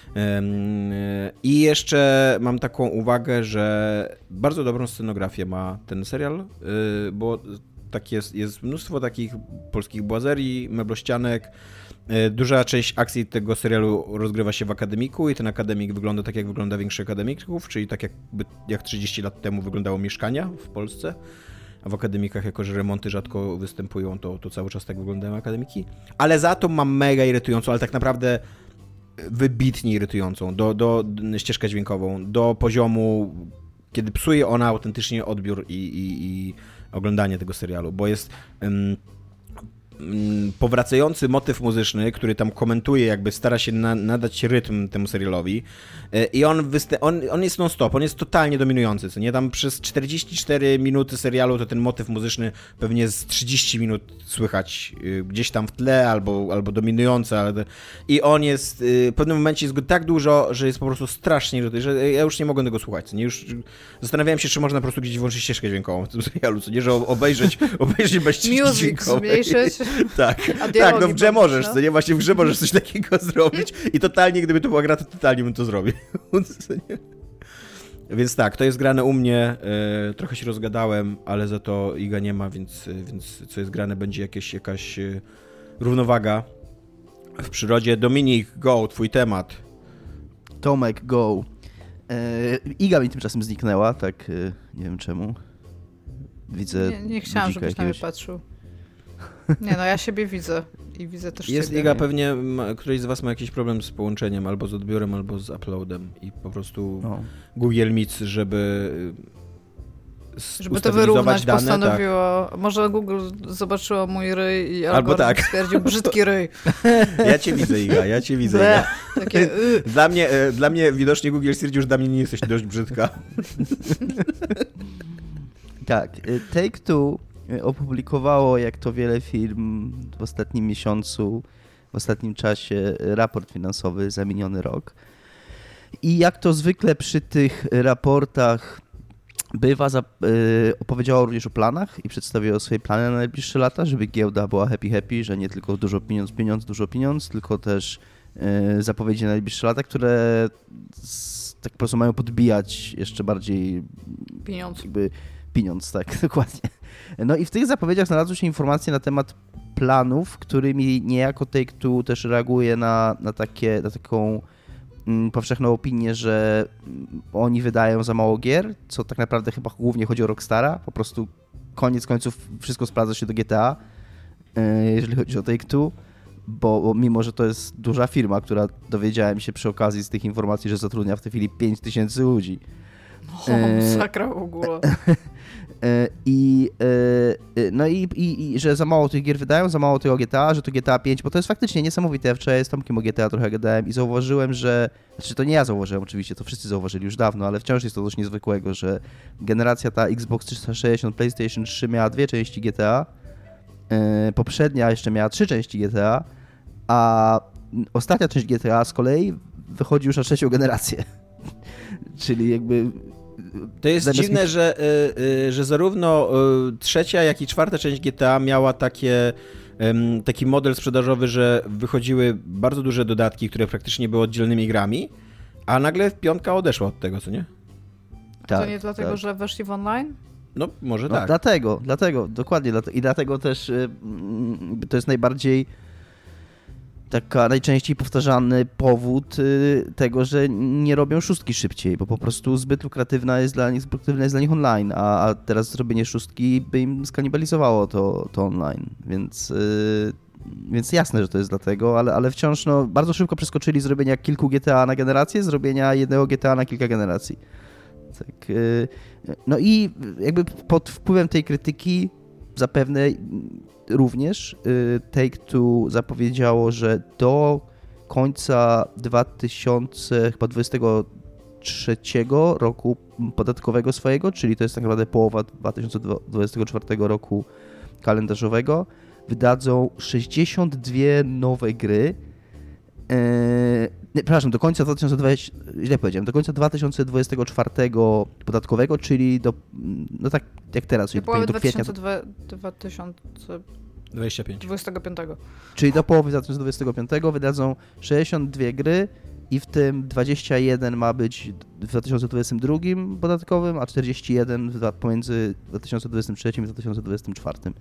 I jeszcze mam taką uwagę, że bardzo dobrą scenografię ma ten serial, bo tak jest, jest mnóstwo takich polskich błazerii, meblościanek. Duża część akcji tego serialu rozgrywa się w akademiku i ten akademik wygląda tak, jak wygląda większość akademików, czyli tak jakby jak trzydzieści lat temu wyglądało mieszkania w Polsce. A w akademikach, jako że remonty rzadko występują, to, to cały czas tak wyglądają akademiki. Ale za to mam mega irytującą, ale tak naprawdę wybitnie irytującą do, do, do ścieżkę dźwiękową, do poziomu, kiedy psuje ona autentycznie odbiór i, i, i oglądanie tego serialu, bo jest um, um, powracający motyw muzyczny, który tam komentuje, jakby stara się na, nadać rytm temu serialowi yy, i on, wysta- on, on jest non-stop, on jest totalnie dominujący, co nie? Tam przez czterdzieści cztery minuty serialu to ten motyw muzyczny pewnie z trzydzieści minut słychać yy, gdzieś tam w tle albo, albo dominujący, ale i on jest, yy, w pewnym momencie jest go tak dużo, że jest po prostu strasznie, że ja już nie mogę tego słuchać, co nie? Już zastanawiałem się, czy można po prostu gdzieś włączyć ścieżkę dźwiękową w tym serialu, co nie? Że obejrzeć, obejrzeć bez ścieżki dźwiękowej. Zmniejszyć. Tak, tak, no w grze możesz, co nie? Właśnie w grze możesz coś takiego zrobić i totalnie, gdyby to była gra, to totalnie bym to zrobił. Więc tak, to jest grane u mnie, e, trochę się rozgadałem, ale za to Iga nie ma, więc, więc co jest grane, będzie jakieś, jakaś e, równowaga w przyrodzie. Dominik, go, twój temat. Tomek, go. E, Iga mi tymczasem zniknęła, tak, e, nie wiem czemu. Widzę. Nie, nie chciałam, żebyś na mnie patrzył. Nie, no ja siebie widzę i widzę też jest siebie. Iga, pewnie ma, któryś z was ma jakiś problem z połączeniem, albo z odbiorem, albo z uploadem i po prostu no. Google Meet, żeby żeby to wyrównać, dane, postanowiło, tak. Może Google zobaczyło mój ryj i albo tak. stwierdził brzydki ryj. Ja cię widzę, Iga, ja cię widzę. Iga. Takie, y. dla, mnie, dla mnie widocznie Google stwierdził, że dla mnie nie jesteś dość brzydka. Tak, Take-Two opublikowało, jak to wiele firm w ostatnim miesiącu, w ostatnim czasie, raport finansowy za miniony rok. I jak to zwykle przy tych raportach bywa, za, yy, opowiedziało również o planach i przedstawiło swoje plany na najbliższe lata, żeby giełda była happy happy, że nie tylko dużo pieniądz, pieniądz, dużo pieniądz, tylko też yy, zapowiedzi na najbliższe lata, które z, tak po prostu mają podbijać jeszcze bardziej pieniądz. Jakby, pieniądz, tak, dokładnie. No i w tych zapowiedziach znalazły się informacje na temat planów, którymi niejako Take-Two też reaguje na, na, takie, na taką powszechną opinię, że oni wydają za mało gier, co tak naprawdę chyba głównie chodzi o Rockstara. Po prostu koniec końców wszystko sprawdza się do G T A, jeżeli chodzi o Take-Two, bo, bo mimo, że to jest duża firma, która dowiedziałem się przy okazji z tych informacji, że zatrudnia w tej chwili pięć tysięcy ludzi. O, sakra w ogóle. I, no i, i, i że za mało tych gier wydają, za mało tego G T A, że to G T A pięć, bo to jest faktycznie niesamowite. Ja wczoraj z Tomkiem o G T A trochę gadałem i zauważyłem, że, znaczy to nie ja zauważyłem oczywiście, to wszyscy zauważyli już dawno, ale wciąż jest to coś niezwykłego, że generacja ta Xbox trzysta sześćdziesiąt, PlayStation trzy miała dwie części G T A, poprzednia jeszcze miała trzy części G T A, a ostatnia część G T A z kolei wychodzi już na trzecią generację. Czyli jakby... To jest dziwne, mi... że, y, że zarówno y, trzecia, jak i czwarta część G T A miała takie, y, taki model sprzedażowy, że wychodziły bardzo duże dodatki, które praktycznie były oddzielnymi grami, a nagle piątka odeszła od tego, co nie? Tak, to nie dlatego, tak. że weszli w online? No, może no, tak. Dlatego, dlatego, dokładnie. I dlatego też y, to jest najbardziej taka najczęściej powtarzany powód y, tego, że nie robią szóstki szybciej, bo po prostu zbyt lukratywna jest dla nich, zbyt lukratywna jest dla nich online, a, a teraz zrobienie szóstki by im skanibalizowało to, to online, więc, y, więc jasne, że to jest dlatego, ale, ale wciąż no, bardzo szybko przeskoczyli z zrobienia kilku G T A na generację, zrobienia jednego G T A na kilka generacji. Tak, y, no i jakby pod wpływem tej krytyki zapewne również Take-Two zapowiedziało, że do końca dwa tysiące dwudziestego trzeciego roku podatkowego swojego, czyli to jest tak naprawdę połowa dwa tysiące dwudziestego czwartego roku kalendarzowego, wydadzą sześćdziesiąt dwie nowe gry. Eee, nie, przepraszam, do końca dwa tysiące dwudziestego, źle powiedziałem, do końca dwa tysiące dwudziestego czwartego podatkowego, czyli do, no tak jak teraz, czyli do, do kwietnia. dwa tysiące dwudziestego piątego. Czyli do połowy dwa tysiące dwudziestego piątego wydadzą sześćdziesiąt dwie gry i w tym dwadzieścia jeden ma być w dwa tysiące dwudziestym drugim podatkowym, a czterdzieści jeden pomiędzy dwa tysiące dwudziestym trzecim i dwa tysiące dwudziestym czwartym.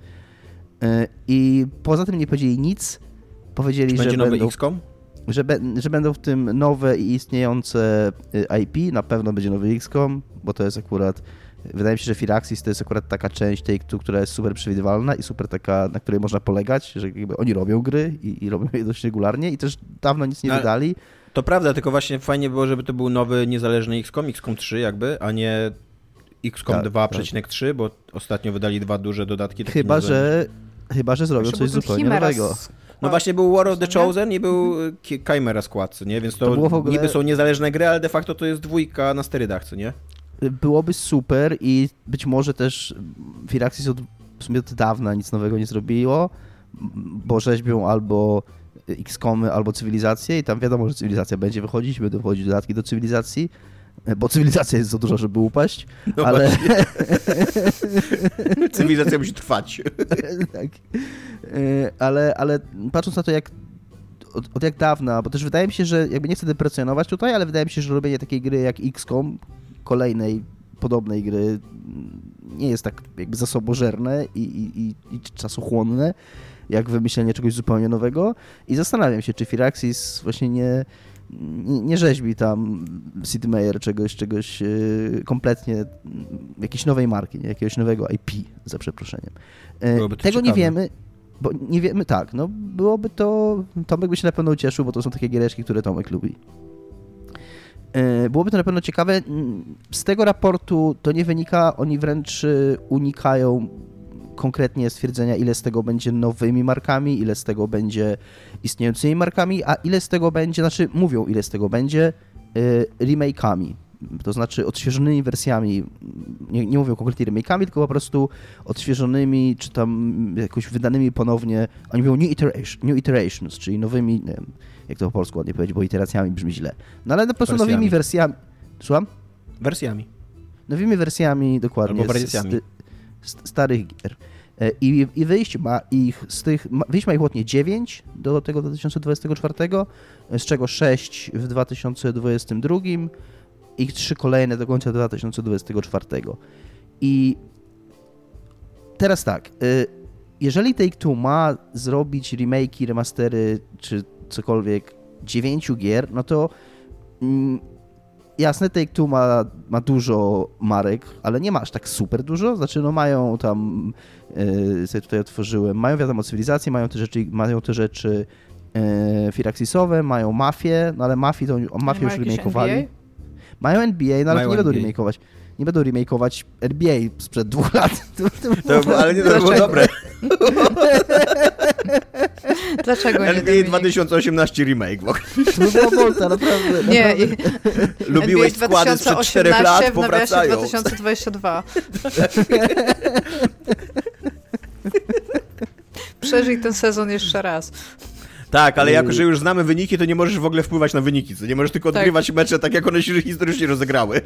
I poza tym nie powiedzieli nic. Powiedzieli, Czy że będzie nowy będą... X COM? Że, be, że będą w tym nowe i istniejące I P, na pewno będzie nowy X COM, bo to jest akurat, wydaje mi się, że Firaxis to jest akurat taka część tej, która jest super przewidywalna i super taka, na której można polegać, że jakby oni robią gry i, i robią je dość regularnie i też dawno nic nie Ale wydali. To prawda, tylko właśnie fajnie było, żeby to był nowy, niezależny X COM, X COM trzy jakby, a nie X COM tak, dwa przecinek trzy, tak. Bo ostatnio wydali dwa duże dodatki. Chyba, że, chyba, że zrobią coś zupełnie nowego. No właśnie był War of the Chosen i był Chimera Squad, co nie? Więc to, to ogóle... niby są niezależne gry, ale de facto to jest dwójka na sterydach, co nie? Byłoby super i być może też Firaxis od, w sumie od dawna nic nowego nie zrobiło, bo rzeźbią albo X COMy, albo Cywilizację i tam wiadomo, że Cywilizacja będzie wychodzić, będą wchodzić dodatki do Cywilizacji, bo Cywilizacja jest za duża, żeby upaść, no ale... Cywilizacja musi trwać. Tak. Ale, ale patrząc na to, jak od, od jak dawna, bo też wydaje mi się, że jakby nie chcę deprecjonować tutaj, ale wydaje mi się, że robienie takiej gry jak X COM, kolejnej podobnej gry, nie jest tak jakby zasobożerne i, i, i, i czasochłonne, jak wymyślenie czegoś zupełnie nowego i zastanawiam się, czy Firaxis właśnie nie, nie, nie rzeźbi tam Sid Meier czegoś, czegoś yy, kompletnie, jakiejś nowej marki, nie? Jakiegoś nowego I P, za przeproszeniem. Yy, tego ciekawe. Nie wiemy, bo nie wiemy, tak, no byłoby to, Tomek by się na pewno ucieszył, bo to są takie giereczki, które Tomek lubi. Yy, byłoby to na pewno ciekawe. Z tego raportu to nie wynika, oni wręcz unikają konkretnie stwierdzenia, ile z tego będzie nowymi markami, ile z tego będzie istniejącymi markami, a ile z tego będzie, znaczy mówią, ile z tego będzie yy, remake'ami. To znaczy odświeżonymi wersjami, nie, nie mówią konkretnie remake'ami, tylko po prostu odświeżonymi, czy tam jakoś wydanymi ponownie, oni mówią new, iteration, new iterations, czyli nowymi, nie wiem, jak to po polsku ładnie powiedzieć, bo iteracjami brzmi źle. No ale po prostu wersjami. Nowymi wersjami. Słucham? Wersjami. Nowymi wersjami, dokładnie. Albo wersjami. Z, z starych gier. I, i wyjść ma ich z tych, wyjść ma ich łącznie dziewięć do tego dwa tysiące dwudziestego czwartego, z czego sześć w dwa tysiące dwudziestym drugim i trzy kolejne do końca dwa tysiące dwudziestego czwartego. I teraz tak, jeżeli Take-Two ma zrobić remake'i, remastery czy cokolwiek dziewięciu gier, no to Jasne, Take-Two ma, ma dużo marek, ale nie ma aż tak super dużo. Znaczy, no mają tam, yy, sobie tutaj otworzyłem, mają wiadomo cywilizację, mają te rzeczy, mają te rzeczy yy, Firaxisowe, mają Mafię, no ale Mafię to Mafię już remake'owali. Mają N B A, no ale nie będą remake'ować. Nie będą remake'ować N B A sprzed dwóch lat. To, to, to, ale nie, to było dobre. Dlaczego nie? N B A dwa tysiące osiemnaście remake. Bo... To by była bolta, naprawdę. Nie. naprawdę. Lubiłeś składy sprzed czterech lat, powracają. dwa tysiące dwudziesty drugi. Przeżyj ten sezon jeszcze raz. Tak, ale jako, że już znamy wyniki, to nie możesz w ogóle wpływać na wyniki. Co? Nie możesz tylko odgrywać tak. mecze tak, jak one się historycznie rozegrały.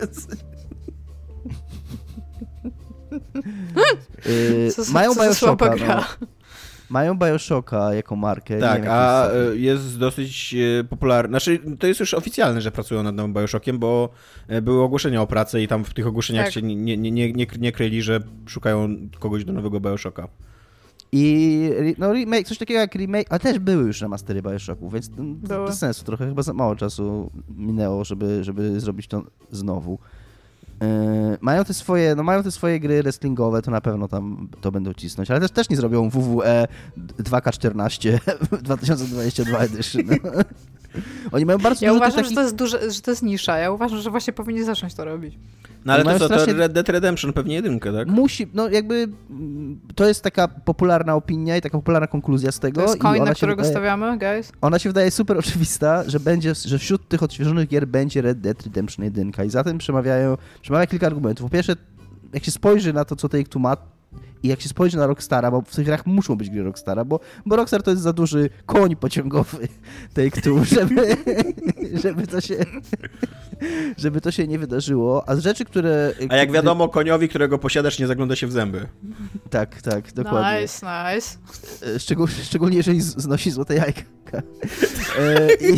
Yy, co, mają co Bioshocka, no. Mają Bioshocka jako markę. Tak, wiem, a jest, jest dosyć popularny. Znaczy, to jest już oficjalne, że pracują nad nowym Bioshockiem, bo były ogłoszenia o pracy i tam w tych ogłoszeniach tak. się nie, nie, nie, nie, nie kryli, że szukają kogoś do nowego Bioshocka. I no remake, coś takiego jak remake, a też były już remastery Bioshocków, więc Były. bez sensu trochę, chyba za mało czasu minęło, żeby, żeby zrobić to znowu. Yy, mają te swoje, no mają te swoje gry wrestlingowe, to na pewno tam to będą cisnąć, ale też, też nie zrobią W W E dwa K czternaście dwa tysiące dwudziesty drugi edition. Oni mają bardzo ja dużo uważam, takich... że, to jest duże, że to jest nisza. Ja uważam, że właśnie powinni zacząć to robić. No ale to co, strasznie... to Red Dead Redemption pewnie jedynkę, tak? Musi, no jakby to jest taka popularna opinia i taka popularna konkluzja z tego. To jest coin, na którego wydaje, stawiamy, guys? Ona się wydaje super oczywista, że będzie, że wśród tych odświeżonych gier będzie Red Dead Redemption jeden i za tym przemawiają, przemawia kilka argumentów. Po pierwsze, jak się spojrzy na to, co Take-Two ma i jak się spojrzy na Rockstara, bo w tych grach muszą być gry Rockstara, bo, bo Rockstar to jest za duży koń pociągowy Take-Two, żeby, żeby, to się, żeby to się nie wydarzyło. A z rzeczy, które... A jak wiadomo, koniowi, którego posiadasz, nie zagląda się w zęby. Tak, tak, dokładnie. Nice, nice. Szczegól, szczególnie jeżeli znosi złote jajka. E, i...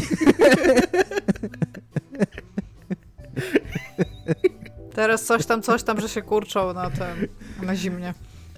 Teraz coś tam, coś tam, że się kurczą na tym, na zimnie.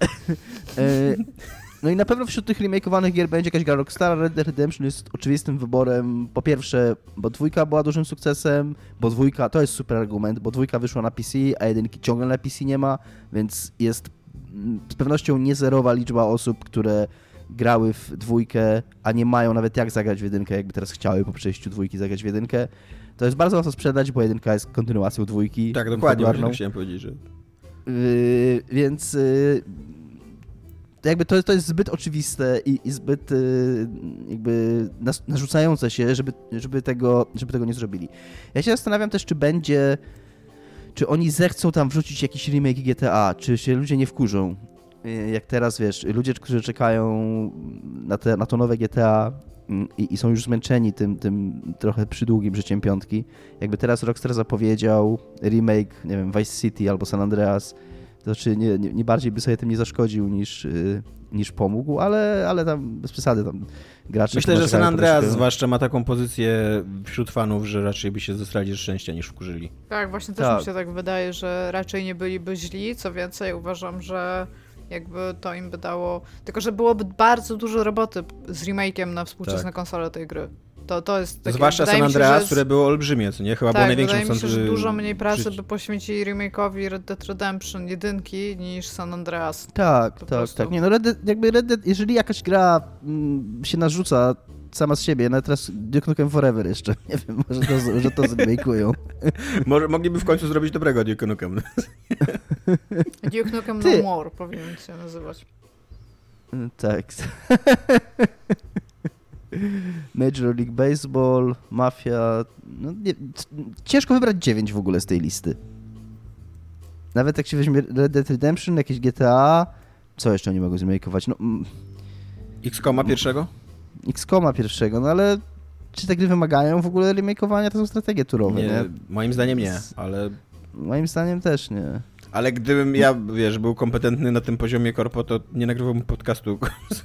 No i na pewno wśród tych remakeowanych gier będzie jakaś gra Rockstar. Red Dead Redemption jest oczywistym wyborem. Po pierwsze, bo dwójka była dużym sukcesem, bo dwójka, to jest super argument, bo dwójka wyszła na P C, a jedynki ciągle na P C nie ma, więc jest z pewnością niezerowa liczba osób, które grały w dwójkę, a nie mają nawet jak zagrać w jedynkę, jakby teraz chciały po przejściu dwójki zagrać w jedynkę. To jest bardzo łatwo sprzedać, bo jedynka jest kontynuacją dwójki. Tak, dokładnie, właśnie chciałem powiedzieć, że... Yy, więc yy, jakby to, to jest zbyt oczywiste i, i zbyt yy, jakby nas, narzucające się, żeby, żeby, tego, żeby tego nie zrobili. Ja się zastanawiam też, czy będzie, czy oni zechcą tam wrzucić jakiś remake G T A, czy się ludzie nie wkurzą. Yy, jak teraz, wiesz, ludzie, którzy czekają na, te, na to nowe G T A i, i są już zmęczeni tym, tym trochę przydługim życiem piątki. Jakby teraz Rockstar zapowiedział remake, nie wiem, Vice City albo San Andreas, to znaczy nie, nie, nie bardziej by sobie tym nie zaszkodził niż, yy, niż pomógł, ale, ale tam bez przesady tam gracze... Myślę, że San Andreas troszkę... zwłaszcza ma taką pozycję wśród fanów, że raczej by się zestrali ze szczęścia niż wkurzyli. Tak, właśnie też tak. mi się tak wydaje, że raczej nie byliby źli, co więcej uważam, że jakby to im by dało... Tylko, że byłoby bardzo dużo roboty z remake'iem na współczesne tak. konsole tej gry. To, to jest takie, zwłaszcza San Andreas, które było olbrzymie, co nie? Chyba tak, było największą... wydaje mi się, że dużo mniej pracy by poświęcili remake'owi Red Dead Redemption jedynki niż San Andreas. Tak, tak, prostu. tak. Nie, no Red Dead, jakby Red Dead, jeżeli jakaś gra mm, się narzuca sama z siebie, no teraz Duke Nukem Forever jeszcze, nie wiem, może to, że to zremake'ują. Może mogliby w końcu zrobić dobrego Duke Nukem. Duke Nukem No More powinien się nazywać. Tak. Major League Baseball, Mafia... No nie, ciężko wybrać dziewięć w ogóle z tej listy. Nawet jak się weźmie Red Dead Redemption, jakieś G T A... Co jeszcze oni mogą zremake'ować? No, X COMa pierwszego? X COMa pierwszego, no ale czy te gry wymagają w ogóle remake'owania? To są strategie turowe, nie? nie? Moim zdaniem nie, ale... Moim zdaniem też nie. Ale gdybym ja, wiesz, był kompetentny na tym poziomie korpo, to nie nagrywałbym podcastu.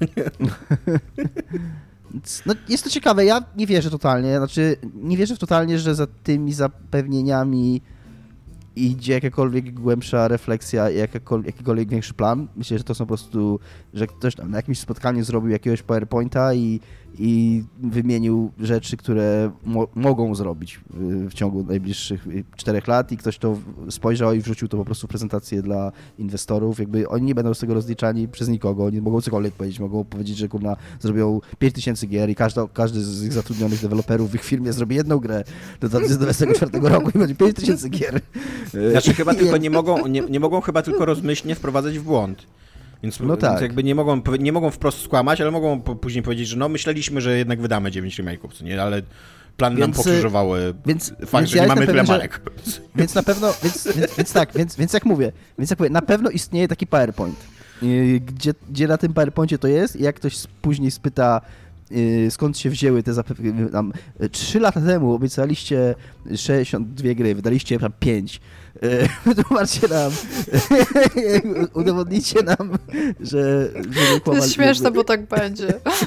No, jest to ciekawe, ja nie wierzę totalnie, znaczy nie wierzę totalnie, że za tymi zapewnieniami idzie jakakolwiek głębsza refleksja i jakikolwiek większy plan. Myślę, że to są po prostu, że ktoś tam na jakimś spotkaniu zrobił jakiegoś PowerPointa i i wymienił rzeczy, które mo- mogą zrobić w, w ciągu najbliższych czterech lat i ktoś to spojrzał i wrzucił to po prostu w prezentację dla inwestorów. Jakby oni nie będą z tego rozliczani przez nikogo, oni mogą cokolwiek powiedzieć, mogą powiedzieć, że kurna zrobią pięć tysięcy gier i każda, każdy z ich zatrudnionych deweloperów w ich firmie zrobi jedną grę do dwa tysiące dwudziestego czwartego roku i będzie pięć tysięcy gier. Znaczy chyba tylko nie mogą, nie, nie mogą chyba tylko rozmyślnie wprowadzać w błąd. Więc, no tak. więc jakby nie mogą, nie mogą wprost skłamać, ale mogą po, później powiedzieć, że no myśleliśmy, że jednak wydamy dziewięć remake'ów, co nie, ale plany nam pokrzyżowały więc, fakt, więc że ja nie mamy pewien, tyle że, marek. Więc na pewno, więc, więc, więc tak, więc, więc jak mówię, więc jak mówię, na pewno istnieje taki PowerPoint, yy, gdzie, gdzie na tym PowerPoincie to jest i jak ktoś później spyta, yy, skąd się wzięły te zapewne, tam trzy lata temu obiecaliście sześćdziesiąt dwie gry, wydaliście tam pięć. Wytłumaczcie nam, udowodnicie nam, że, że nie kłamali. To jest śmieszne, bo tak będzie.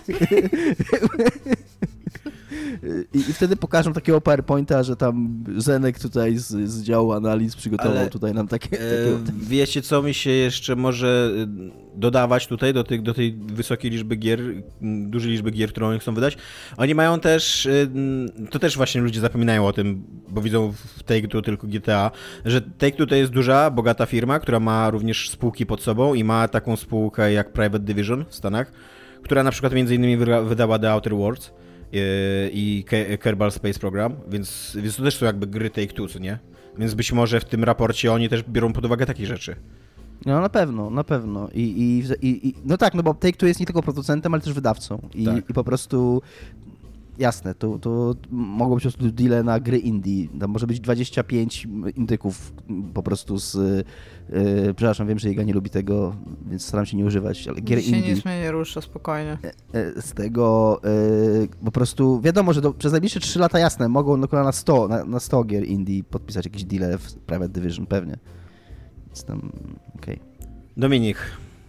I, I wtedy pokażą takiego PowerPointa, że tam Zenek tutaj z, z działu analiz przygotował Ale, tutaj nam takie... E, wiecie, co mi się jeszcze może dodawać tutaj do, tych, do tej wysokiej liczby gier, dużej liczby gier, którą oni chcą wydać? Oni mają też, to też właśnie ludzie zapominają o tym, bo widzą w Take-Two tylko G T A, że Take-Two to jest duża, bogata firma, która ma również spółki pod sobą i ma taką spółkę jak Private Division w Stanach, która na przykład między innymi wydała The Outer Worlds i Kerbal Space Program, więc, więc to też są jakby gry Take-Two, co nie? Więc być może w tym raporcie oni też biorą pod uwagę takie rzeczy. No na pewno, na pewno. I, i, i, no tak, no bo Take-Two jest nie tylko producentem, ale też wydawcą. I, tak. i po prostu jasne, to, to mogą być po prostu deale na gry indie. Tam może być dwadzieścia pięć indyków po prostu z... Yy, przepraszam, wiem, że Iga nie lubi tego, więc staram się nie używać, ale gier Dzisiaj indie... nic mnie nie rusza, spokojnie. Yy, z tego yy, po prostu wiadomo, że do, przez najbliższe trzy lata jasne, mogą na sto, na, na sto gier indie podpisać jakieś deale w Private Division, pewnie. Więc tam, okej. Okay. Dominik.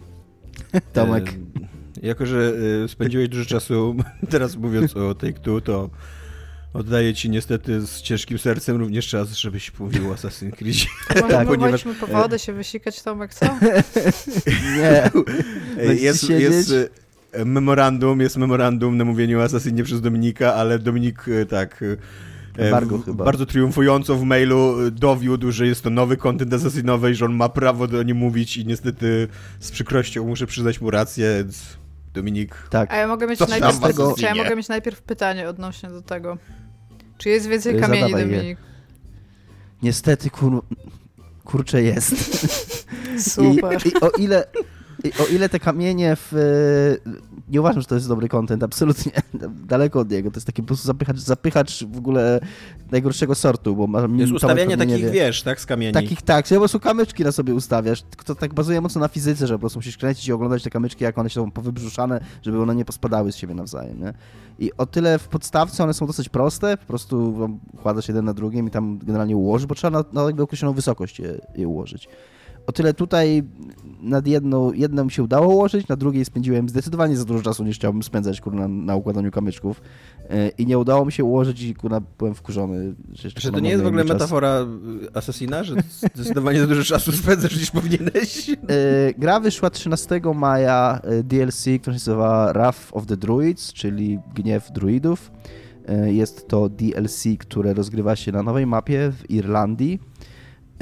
Tomek. Yy, jako, że yy, spędziłeś dużo czasu, teraz mówiąc o Take-Two, to oddaję ci niestety z ciężkim sercem również czas, żebyś mówił o Assassin's Creed. Tak, ponieważ... po wodę się wysikać, Tomek, co? Nie. Jest, jest memorandum, jest memorandum na mówieniu o Assassinie przez Dominika, ale Dominik tak Embargo, w, chyba. bardzo triumfująco w mailu dowiódł, że jest to nowy content assassinowy i że on ma prawo do nim mówić i niestety z przykrością muszę przyznać mu rację, więc Dominik... Tak. A ja mogę mieć, najpierw, tego... czy ja mogę mieć najpierw pytanie odnośnie do tego. Czy jest więcej kamieni, Zadawaj Dominik? Je. Niestety, kur... kurczę, jest. Super. I, i o ile... I o ile te kamienie w... Nie uważam, że to jest dobry content, absolutnie. Daleko od niego. To jest taki po prostu zapychacz, zapychacz w ogóle najgorszego sortu, bo ma... Jest ustawianie takich, wie, wiesz, tak, z kamieni. Takich, tak, że po prostu kamyczki na sobie ustawiasz. To tak bazuje mocno na fizyce, że po prostu musisz kręcić i oglądać te kamyczki, jak one się są powybrzuszane, żeby one nie pospadały z siebie nawzajem, nie? I o tyle w podstawce one są dosyć proste, po prostu układasz jeden na drugim i tam generalnie ułożysz, bo trzeba na, na jakby określoną wysokość je, je ułożyć. O tyle tutaj nad jedną, jedną mi się udało ułożyć, na drugiej spędziłem zdecydowanie za dużo czasu, niż chciałbym spędzać kurna, na układaniu kamyczków yy, i nie udało mi się ułożyć i kurna, byłem wkurzony. Że, że to nie jest w ogóle metafora Assassina, że zdecydowanie za dużo czasu spędzasz niż powinieneś? Yy, gra wyszła trzynastego maja, yy, D L C, która się nazywa Wrath of the Druids, czyli Gniew Druidów. Yy, jest to D L C, które rozgrywa się na nowej mapie w Irlandii. Yy,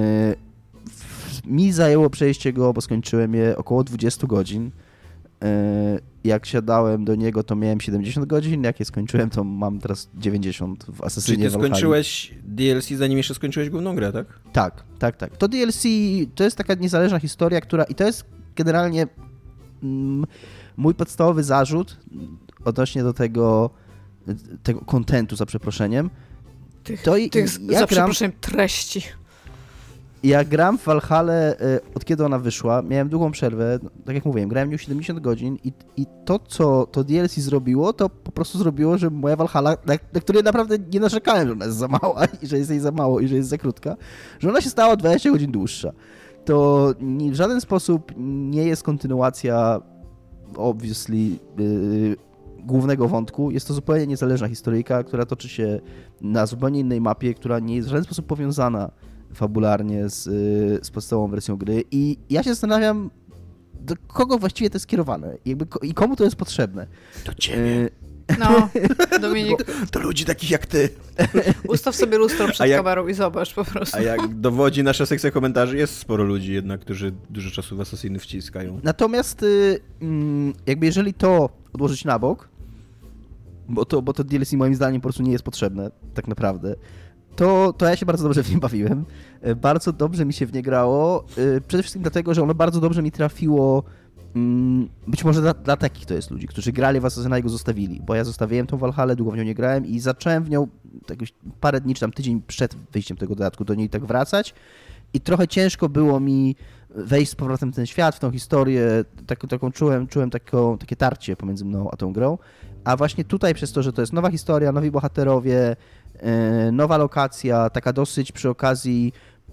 Mi zajęło przejście go, bo skończyłem je około dwadzieścia godzin. Jak siadałem do niego, to miałem siedemdziesiąt godzin, jak je skończyłem, to mam teraz dziewięćdziesiąt w Assassinie. Czyli ty skończyłeś D L C, zanim jeszcze skończyłeś główną grę, tak? Tak, tak, tak. To D L C to jest taka niezależna historia, która... I to jest generalnie mm, mój podstawowy zarzut odnośnie do tego tego kontentu, za przeproszeniem. Tych, to tych ja za gram... przeproszeniem, treści. Ja gram w Valhalla od kiedy ona wyszła, miałem długą przerwę, tak jak mówiłem, grałem nią siedemdziesiąt godzin i, i to, co to D L C zrobiło, to po prostu zrobiło, że moja Valhalla, na, na której naprawdę nie narzekałem, że ona jest za mała i że jest jej za mało i że jest za krótka, że ona się stała o dwadzieścia godzin dłuższa. To w żaden sposób nie jest kontynuacja, obviously, yy, głównego wątku. Jest to zupełnie niezależna historyjka, która toczy się na zupełnie innej mapie, która nie jest w żaden sposób powiązana fabularnie z, z podstawową wersją gry i ja się zastanawiam do kogo właściwie to jest skierowane i, jakby, i komu to jest potrzebne. Do ciebie. No, Dominik. Do ludzi takich jak ty. Ustaw sobie lustro przed jak, kamerą i zobacz po prostu. A jak dowodzi nasza sekcja komentarzy, jest sporo ludzi jednak, którzy dużo czasu w Assassiny wciskają. Natomiast jakby jeżeli to odłożyć na bok, bo to, bo to D L C moim zdaniem po prostu nie jest potrzebne, tak naprawdę, to, to ja się bardzo dobrze w nim bawiłem. Bardzo dobrze mi się w nie grało. Przede wszystkim dlatego, że ono bardzo dobrze mi trafiło. Być może dla, dla takich to jest ludzi, którzy grali w Assassina i go zostawili, bo ja zostawiłem tą Valhallę, długo w nią nie grałem i zacząłem w nią jakoś parę dni, czy tam tydzień przed wyjściem tego dodatku do niej tak wracać i trochę ciężko było mi wejść z powrotem w ten świat, w tą historię, taką, taką czułem, czułem taką, takie tarcie pomiędzy mną a tą grą, a właśnie tutaj przez to, że to jest nowa historia, nowi bohaterowie, yy, nowa lokacja, taka dosyć przy okazji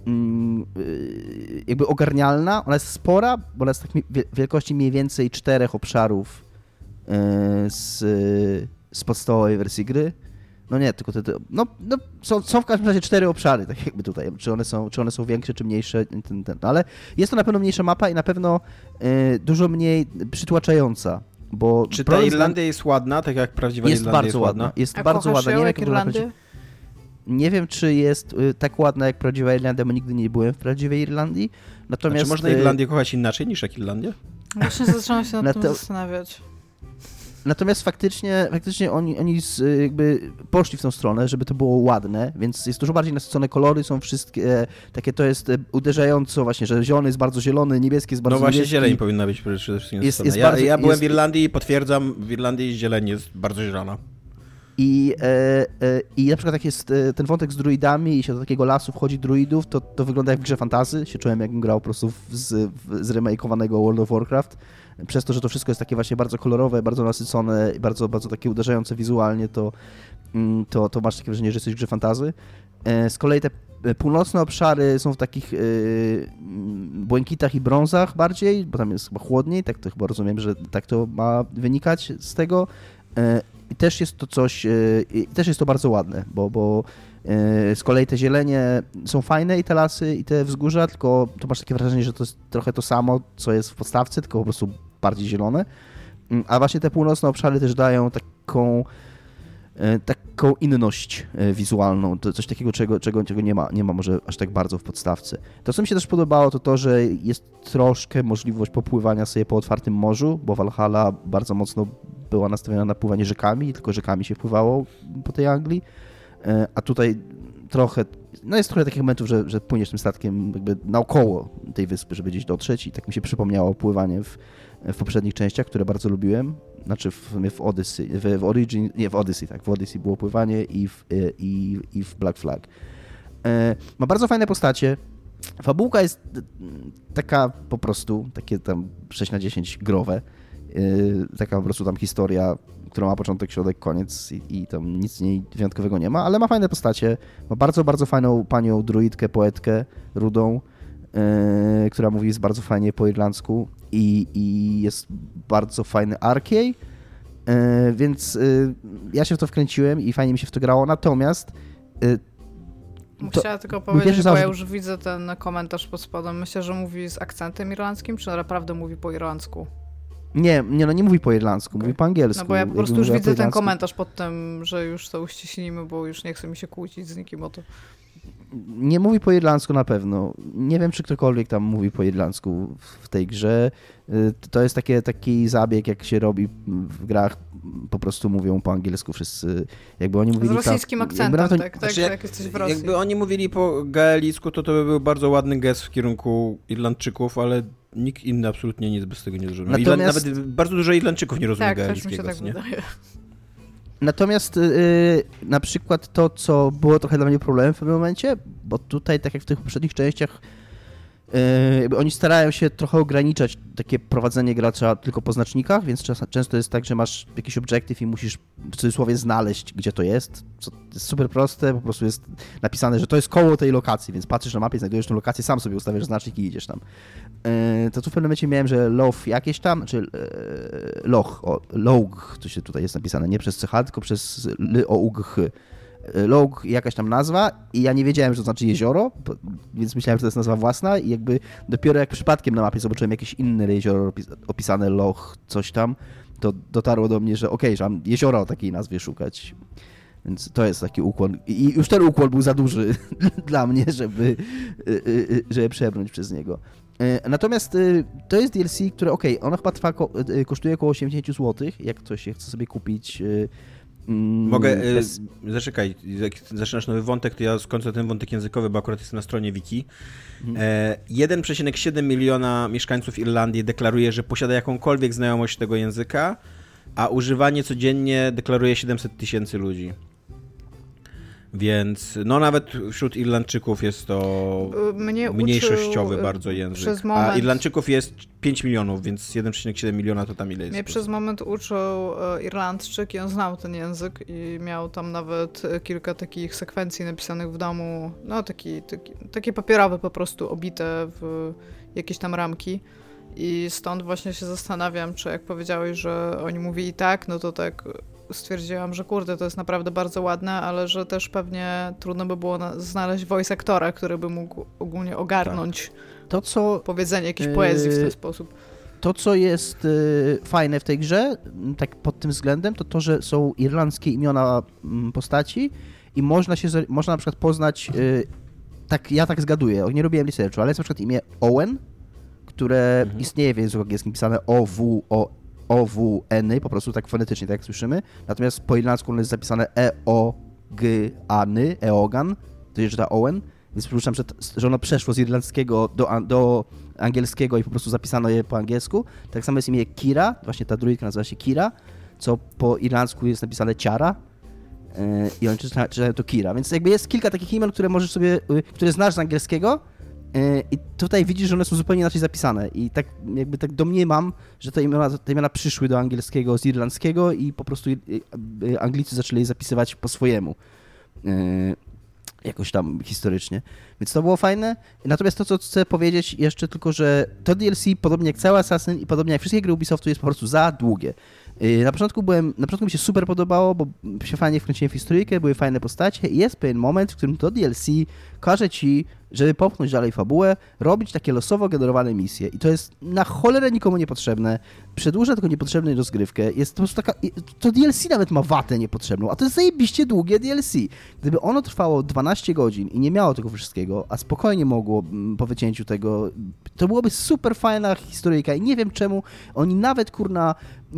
jakby ogarnialna, ona jest spora, bo ona jest tak wielkości mniej więcej czterech obszarów z, z podstawowej wersji gry. No nie, tylko te, te no, no są, są w każdym razie cztery obszary, tak jakby tutaj, czy one są, czy one są większe, czy mniejsze, ten, ten. No ale jest to na pewno mniejsza mapa i na pewno y, dużo mniej przytłaczająca. Bo czy ta Irlandia z... jest ładna, tak jak prawdziwa jest Irlandia bardzo jest ładna? Jest A bardzo ładna. Nie wiem, jak Irlandię? Nie wiem, czy jest y, tak ładna jak prawdziwa Irlandia, bo nigdy nie byłem w prawdziwej Irlandii. Natomiast, A czy można Irlandię kochać inaczej niż jak Irlandię? Właśnie zaczynam się nad na tym to... zastanawiać. Natomiast faktycznie, faktycznie oni, oni z, jakby poszli w tą stronę, żeby to było ładne, więc jest dużo bardziej nasycone kolory, są wszystkie takie, to jest uderzająco właśnie, że zielony jest bardzo zielony, niebieski jest bardzo niebieski. No właśnie niebieski. zieleń powinna być przede wszystkim jest, jest ja, bardzo, ja byłem jest... w Irlandii i potwierdzam, w Irlandii zieleń jest bardzo zielona. I, e, e, I na przykład jak jest ten wątek z druidami i się do takiego lasu wchodzi druidów, to, to wygląda jak w grze fantasy. Się czułem, jakbym grał po prostu w, z, w, z remakeowanego World of Warcraft. Przez to, że to wszystko jest takie właśnie bardzo kolorowe, bardzo nasycone i bardzo, bardzo takie uderzające wizualnie, to, to, to masz takie wrażenie, że jesteś w grze fantasy. E, z kolei te północne obszary są w takich e, błękitach i brązach bardziej, bo tam jest chyba chłodniej, tak to chyba rozumiem, że tak to ma wynikać z tego. E, I też jest to coś, i też jest to bardzo ładne, bo, bo z kolei te zielenie są fajne i te lasy i te wzgórza, tylko to masz takie wrażenie, że to jest trochę to samo, co jest w podstawce, tylko po prostu bardziej zielone. A właśnie te północne obszary też dają taką, taką inność wizualną, to coś takiego, czego, czego, czego nie ma, nie ma może aż tak bardzo w podstawce. To, co mi się też podobało, to to, że jest troszkę możliwość popływania sobie po otwartym morzu, bo Valhalla bardzo mocno była nastawiona na pływanie rzekami, tylko rzekami się pływało po tej Anglii, a tutaj trochę, no jest trochę takich momentów, że, że płyniesz tym statkiem jakby naokoło tej wyspy, żeby gdzieś dotrzeć i tak mi się przypomniało pływanie w, w poprzednich częściach, które bardzo lubiłem, znaczy w, w Odyssey, w, w Origin, nie w Odyssey, tak, w Odyssey było pływanie i w, i, i w Black Flag. Ma bardzo fajne postacie. Fabułka jest taka po prostu, takie tam sześć na dziesięć growe. Yy, taka po prostu tam historia, która ma początek, środek, koniec i, i tam nic z niej wyjątkowego nie ma, ale ma fajne postacie. Ma bardzo, bardzo fajną panią druidkę, poetkę rudą, yy, która mówi jest bardzo fajnie po irlandzku i, i jest bardzo fajny arcade, yy, więc yy, ja się w to wkręciłem i fajnie mi się w to grało, natomiast yy, To, Chciała tylko powiedzieć, bo zarzut... ja już widzę ten komentarz pod spodem. Myślę, że mówi z akcentem irlandzkim, czy naprawdę mówi po irlandzku? Nie, nie, no nie mówi po irlandzku, okay. Mówi po angielsku. No bo ja po prostu już widzę ten komentarz pod tym, że już to uściślimy, bo już nie chce mi się kłócić z nikim o to. Nie mówi po irlandzku na pewno. Nie wiem, czy ktokolwiek tam mówi po irlandzku w tej grze. To jest takie, taki zabieg, jak się robi w grach, po prostu mówią po angielsku wszyscy. Jakby oni mówili z rosyjskim tam, akcentem, to... tak, tak, znaczy, jak, jak jesteś w Rosji. Jakby oni mówili po gaelicku, to to by był bardzo ładny gest w kierunku Irlandczyków, ale nikt inny absolutnie nic bez tego nie zrozumiał. Natomiast... Nawet bardzo dużo Irlandczyków nie rozumie tak, gaelickiego. Tak, mi się tak wydaje. Natomiast yy, na przykład to, co było trochę dla mnie problemem w pewnym momencie, bo tutaj, tak jak w tych poprzednich częściach, yy, jakby oni starają się trochę ograniczać takie prowadzenie gracza tylko po znacznikach, więc czas, często jest tak, że masz jakiś obiektyw i musisz w cudzysłowie znaleźć, gdzie to jest, co jest super proste, po prostu jest napisane, że to jest koło tej lokacji, więc patrzysz na mapie, znajdujesz tę lokację, sam sobie ustawiasz znacznik i idziesz tam. Yy, to tu w pewnym momencie miałem, że low jakieś tam, czy yy, loch, o, log, to się tutaj jest napisane, nie przez ch, tylko przez l o u g h. Lough jakaś tam nazwa i ja nie wiedziałem, że to znaczy jezioro, więc myślałem, że to jest nazwa własna i jakby dopiero jak przypadkiem na mapie zobaczyłem jakieś inne jezioro opisane Lough, coś tam, to dotarło do mnie, że okej, okay, że mam jeziora o takiej nazwie szukać. Więc to jest taki ukłon. I już ten ukłon był za duży dla mnie, żeby, żeby przebrnąć przez niego. Natomiast to jest D L C, które okej, okay, ono chyba trwa, kosztuje około osiemdziesiąt złotych, jak ktoś chce sobie kupić. Mogę, bez... zaczekaj, jak zaczynasz nowy wątek, to ja skończę ten wątek językowy, bo akurat jestem na stronie wiki. Mhm. jeden przecinek siedem miliona mieszkańców Irlandii deklaruje, że posiada jakąkolwiek znajomość tego języka, a używanie codziennie deklaruje siedemset tysięcy ludzi. Więc no nawet wśród Irlandczyków jest to Mnie mniejszościowy bardzo język. Moment... A Irlandczyków jest pięć milionów, więc jeden przecinek siedem miliona to tam ile jest? Mnie przez moment uczył Irlandczyk i on znał ten język i miał tam nawet kilka takich sekwencji napisanych w domu, no taki, taki, takie papierowe po prostu obite w jakieś tam ramki. I stąd właśnie się zastanawiam, czy jak powiedziałeś, że oni mówili tak, no to tak stwierdziłam, że kurde, to jest naprawdę bardzo ładne, ale że też pewnie trudno by było na- znaleźć voice aktora, który by mógł ogólnie ogarnąć tak. to, co, powiedzenie jakiejś yy, poezji w ten sposób. To, co jest yy, fajne w tej grze, tak pod tym względem, to to, że są irlandzkie imiona postaci i można się, można na przykład poznać, yy, tak ja tak zgaduję, nie robiłem researchu, ale jest na przykład imię Owen, które mhm. istnieje w języku angielskim, pisane O W O W N, po prostu tak fonetycznie, tak jak słyszymy. Natomiast po irlandzku ono jest zapisane E O G A N, Eogan, to jest ta Owen, więc przypuszczam, że, że ono przeszło z irlandzkiego do, do angielskiego i po prostu zapisano je po angielsku. Tak samo jest imię Kira, właśnie ta druidka nazywa się Kira, co po irlandzku jest napisane Ciara yy, i oni czytają, czytają to Kira, więc jakby jest kilka takich imion, które możesz sobie, yy, które znasz z angielskiego. I tutaj widzisz, że one są zupełnie inaczej zapisane i tak jakby tak domniemam, że te imiona, te imiona przyszły do angielskiego z irlandzkiego i po prostu Anglicy zaczęli je zapisywać po swojemu, jakoś tam historycznie. Więc to było fajne. Natomiast to, co chcę powiedzieć jeszcze tylko, że to D L C, podobnie jak cały Assassin i podobnie jak wszystkie gry Ubisoftu, jest po prostu za długie. Na początku byłem, na początku mi się super podobało, bo się fajnie wkręciłem w historyjkę, były fajne postacie i jest pewien moment, w którym to D L C każe ci, żeby popchnąć dalej fabułę, robić takie losowo generowane misje i to jest na cholerę nikomu niepotrzebne, przedłuża tylko niepotrzebną rozgrywkę, jest po prostu taka, to D L C nawet ma watę niepotrzebną, a to jest zajebiście długie D L C. Gdyby ono trwało dwanaście godzin i nie miało tego wszystkiego, a spokojnie mogło po wycięciu tego, to byłoby super fajna historyjka i nie wiem czemu oni nawet, kurna,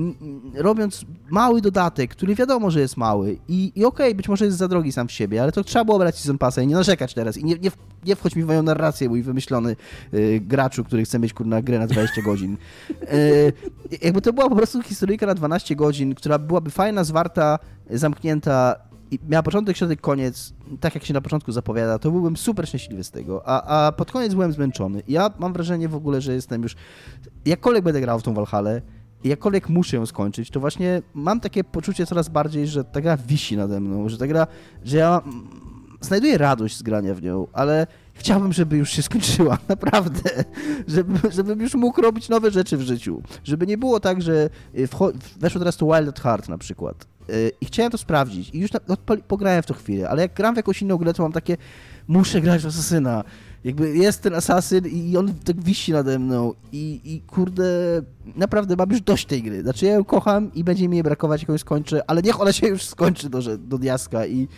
robiąc mały dodatek, który wiadomo, że jest mały i, i okej, okay, być może jest za drogi sam w siebie, ale to trzeba było brać Season Passa i nie narzekać teraz i nie, nie, nie wchodź mi w moją narrację, mój wymyślony y, graczu, który chce mieć, kurna, grę na dwadzieścia godzin. Y, jakby to była po prostu historyjka na dwanaście godzin, która byłaby fajna, zwarta, zamknięta i miała początek, środek, koniec, tak jak się na początku zapowiada, to byłbym super szczęśliwy z tego, a, a pod koniec byłem zmęczony. Ja mam wrażenie w ogóle, że jestem już, jakkolwiek będę grał w tą Valhallę, i jakkolwiek muszę ją skończyć, to właśnie mam takie poczucie coraz bardziej, że ta gra wisi nade mną, że ta gra, że ja znajduję radość z grania w nią, ale chciałbym, żeby już się skończyła, naprawdę, żeby, żebym już mógł robić nowe rzeczy w życiu, żeby nie było tak, że weszło teraz to Wild at Heart na przykład i chciałem to sprawdzić i już na, no, pograłem w to chwilę, ale jak gram w jakąś inną grę, to mam takie, muszę grać w Asasyna. Jakby jest ten Assassin i on tak wisi nade mną i, i kurde, naprawdę mam już dość tej gry. Znaczy ja ją kocham i będzie mi jej brakować, jak ją skończę, ale niech ona się już skończy do, do diaska i,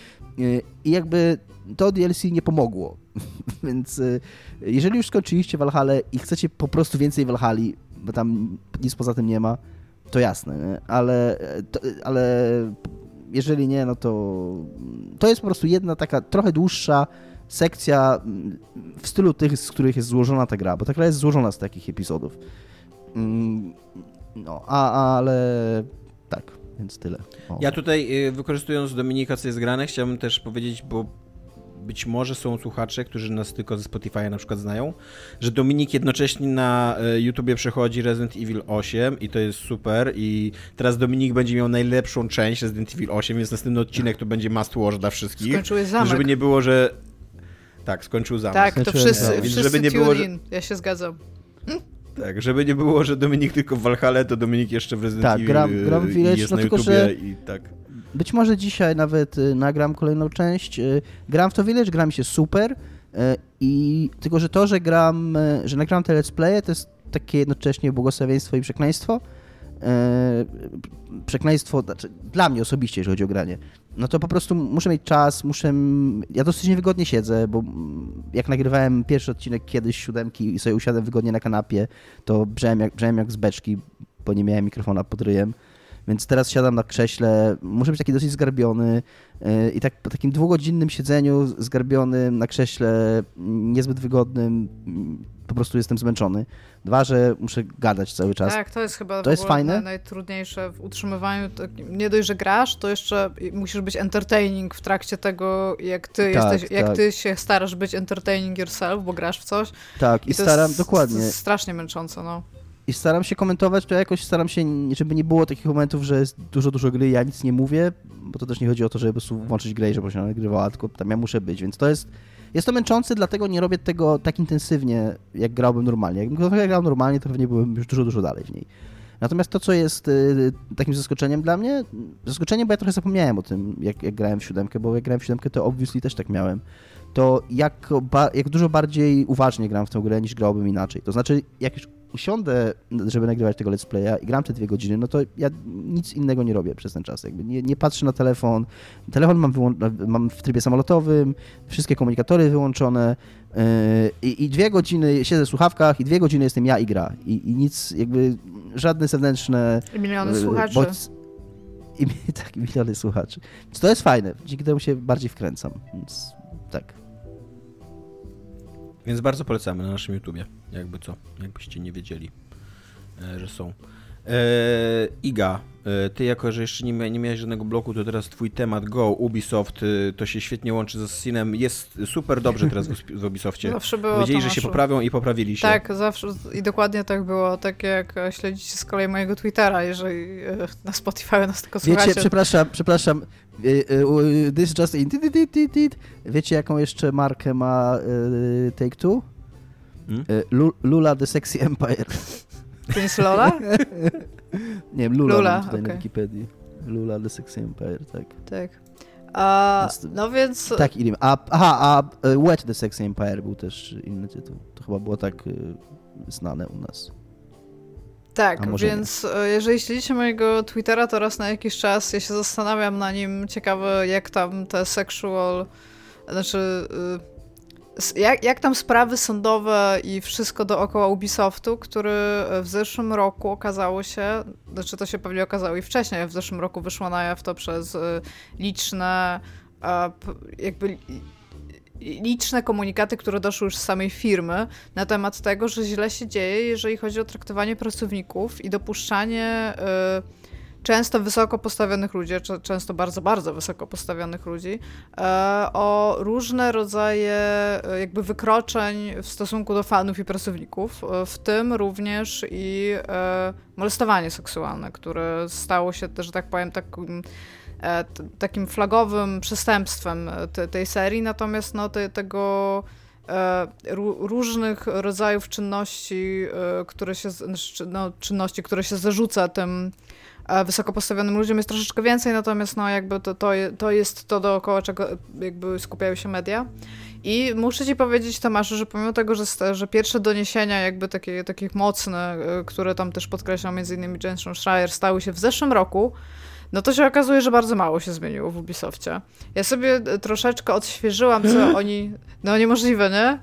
i jakby to D L C nie pomogło. Więc jeżeli już skończyliście Valhallę i chcecie po prostu więcej Valhalli, bo tam nic poza tym nie ma, to jasne, nie? Ale, to, ale jeżeli nie, no to to jest po prostu jedna taka trochę dłuższa sekcja w stylu tych, z których jest złożona ta gra, bo ta gra jest złożona z takich epizodów. No, a, ale tak, więc tyle. O. Ja tutaj, wykorzystując Dominika, co jest grane, chciałbym też powiedzieć, bo być może są słuchacze, którzy nas tylko ze Spotify'a na przykład znają, że Dominik jednocześnie na YouTubie przechodzi Resident Evil osiem i to jest super i teraz Dominik będzie miał najlepszą część Resident Evil osiem, więc następny odcinek to będzie must watch dla wszystkich. Skończyłeś zamek. Żeby nie było, że... Tak, skończył zamek. Tak, to wszyscy, no, wszyscy żeby nie było, że... Ja się zgadzam. Hm? Tak, żeby nie było, że Dominik tylko w Valhalla, to Dominik jeszcze w Resident tak, Evil gram, gram Village, jest no na tylko, YouTubie że i tak. być może dzisiaj nawet nagram kolejną część. Gram w to Village, gra mi się super i tylko, że to, że gram, że nagram te let's playe, to jest takie jednocześnie błogosławieństwo i przekleństwo. Przekleństwo, znaczy dla mnie osobiście, jeżeli chodzi o granie, no to po prostu muszę mieć czas, muszę... Ja dosyć niewygodnie siedzę, bo jak nagrywałem pierwszy odcinek kiedyś siódemki i sobie usiadłem wygodnie na kanapie, to brzemiałem jak, brzemiałem jak z beczki, bo nie miałem mikrofona pod ryjem. Więc teraz siadam na krześle, muszę być taki dosyć zgarbiony yy, i tak po takim dwugodzinnym siedzeniu zgarbionym na krześle, niezbyt wygodnym, po prostu jestem zmęczony. Dwa, że muszę gadać cały czas. Tak, to jest chyba to jest fajne. najtrudniejsze w utrzymywaniu. Nie dość, że grasz, to jeszcze musisz być entertaining w trakcie tego, jak ty, tak, jesteś, jak tak. ty się starasz być entertaining yourself, bo grasz w coś. Tak, i, i staram, jest, dokładnie. To jest strasznie męczące, no. I staram się komentować, to jakoś staram się, żeby nie było takich momentów, że jest dużo, dużo gry i ja nic nie mówię, bo to też nie chodzi o to, żeby po prostu włączyć grę i żeby się nagrywała, tylko tam ja muszę być, więc to jest, jest to męczące, dlatego nie robię tego tak intensywnie, jak grałbym normalnie. Jakbym grał normalnie, to pewnie byłem już dużo, dużo dalej w niej. Natomiast to, co jest y, takim zaskoczeniem dla mnie, zaskoczeniem, bo ja trochę zapomniałem o tym, jak, jak grałem w siódemkę, bo jak grałem w siódemkę, to obviously też tak miałem, to jak, ba, jak dużo bardziej uważnie gram w tę grę, niż grałbym inaczej. To znaczy, jak już usiądę, żeby nagrywać tego let's playa i gram te dwie godziny, no to ja nic innego nie robię przez ten czas. Jakby nie, nie patrzę na telefon. Telefon mam, wyłą- mam w trybie samolotowym, wszystkie komunikatory wyłączone yy, i, i dwie godziny siedzę w słuchawkach i dwie godziny jestem ja i gra. I, i nic, jakby żadne zewnętrzne... I miliony yy, słuchaczy. Bodź... I, tak, i miliony słuchaczy. Więc to jest fajne. Dzięki temu się bardziej wkręcam. Więc tak. Więc bardzo polecamy na naszym YouTubie, jakby co, jakbyście nie wiedzieli, e, że są. E, Iga, e, ty jako, że jeszcze nie, mia- nie miałeś żadnego bloku, to teraz twój temat Go, Ubisoft, e, to się świetnie łączy z Assassinem, jest super dobrze teraz w, w Ubisoftie. Zawsze było. Powiedzieli, że się poprawią i poprawili się. Tak, zawsze i dokładnie tak było, tak jak śledzicie z kolei mojego Twittera, jeżeli na Spotify nas tylko słuchacie. Wiecie, przepraszam, przepraszam, this just in, wiecie jaką jeszcze markę ma Take-Two? Hmm? Lula The Sexy Empire. To jest Lola? Nie wiem, Lula, Lula mam tutaj okay. na Wikipedii. Lula The Sexy Empire, tak. Tak. A, więc, no więc... Tak, inny. A, aha, a Wet The Sexy Empire był też inny tytuł. To chyba było tak y, znane u nas. Tak, więc nie. Jeżeli śledzicie mojego Twittera, to raz na jakiś czas ja się zastanawiam na nim. Ciekawe, jak tam te sexual... Znaczy... Y, Jak, jak tam sprawy sądowe i wszystko dookoła Ubisoftu, który w zeszłym roku okazało się, znaczy to się pewnie okazało i wcześniej, w zeszłym roku wyszło na jaw to przez liczne jakby liczne komunikaty, które doszły już z samej firmy na temat tego, że źle się dzieje, jeżeli chodzi o traktowanie pracowników i dopuszczanie często wysoko postawionych ludzi, często bardzo, bardzo wysoko postawionych ludzi, o różne rodzaje jakby wykroczeń w stosunku do fanów i pracowników, w tym również i molestowanie seksualne, które stało się, że tak powiem, takim, takim flagowym przestępstwem te, tej serii, natomiast no, te, tego różnych rodzajów czynności, które się, no, czynności, które się zarzuca tym wysoko postawionym ludziom jest troszeczkę więcej, natomiast no jakby to, to, to jest to, dookoła czego jakby skupiają się media. I muszę ci powiedzieć, Tomaszu, że pomimo tego, że, że pierwsze doniesienia jakby takie, takie mocne, które tam też podkreślał między innymi Jason Schreier, stały się w zeszłym roku, no to się okazuje, że bardzo mało się zmieniło w Ubisoftie. Ja sobie troszeczkę odświeżyłam, co oni... No niemożliwe, nie?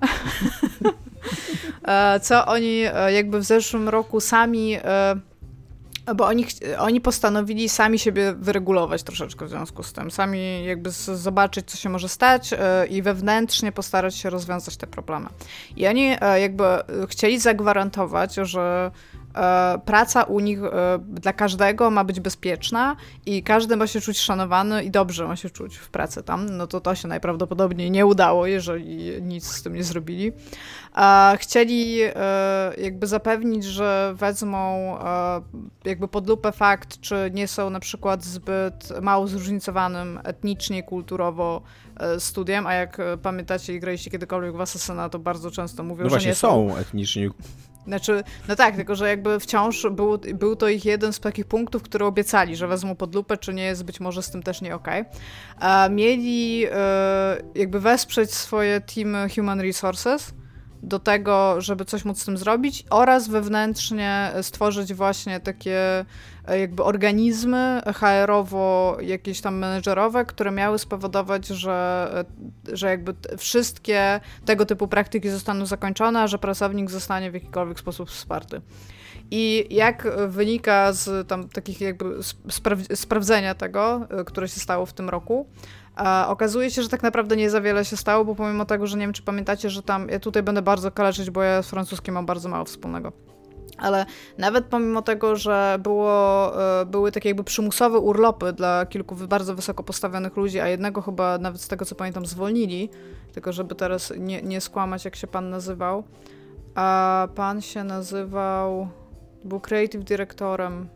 Co oni jakby w zeszłym roku sami... Bo oni, oni postanowili sami siebie wyregulować troszeczkę w związku z tym. Sami jakby z, zobaczyć, co się może stać yy, i wewnętrznie postarać się rozwiązać te problemy. I oni yy, jakby chcieli zagwarantować, że yy, praca u nich yy, dla każdego ma być bezpieczna i każdy ma się czuć szanowany i dobrze ma się czuć w pracy tam. No to to się najprawdopodobniej nie udało, jeżeli nic z tym nie zrobili. A chcieli jakby zapewnić, że wezmą jakby pod lupę fakt, czy nie są na przykład zbyt mało zróżnicowanym etnicznie, kulturowo studiem, a jak pamiętacie i graliście kiedykolwiek w Assassina, to bardzo często mówią, no że właśnie nie są. są etniczni Znaczy, no tak, tylko że jakby wciąż był, był to ich jeden z takich punktów, które obiecali, że wezmą pod lupę, czy nie jest być może z tym też nie okej. Okay. Mieli e, jakby wesprzeć swoje teamy Human Resources do tego, żeby coś móc z tym zrobić oraz wewnętrznie stworzyć właśnie takie jakby organizmy H R-owo, jakieś tam menedżerowe, które miały spowodować, że, że jakby wszystkie tego typu praktyki zostaną zakończone, a że pracownik zostanie w jakikolwiek sposób wsparty. I jak wynika z tam takich jakby spra- sprawdzenia tego, które się stało w tym roku, a okazuje się, że tak naprawdę nie za wiele się stało, bo pomimo tego, że nie wiem, czy pamiętacie, że tam, ja tutaj będę bardzo kaleczyć, bo ja z francuskim mam bardzo mało wspólnego. Ale nawet pomimo tego, że było, były takie jakby przymusowe urlopy dla kilku bardzo wysoko postawionych ludzi, a jednego chyba nawet z tego, co pamiętam, zwolnili, tylko żeby teraz nie, nie skłamać, jak się pan nazywał. A pan się nazywał... był creative dyrektorem.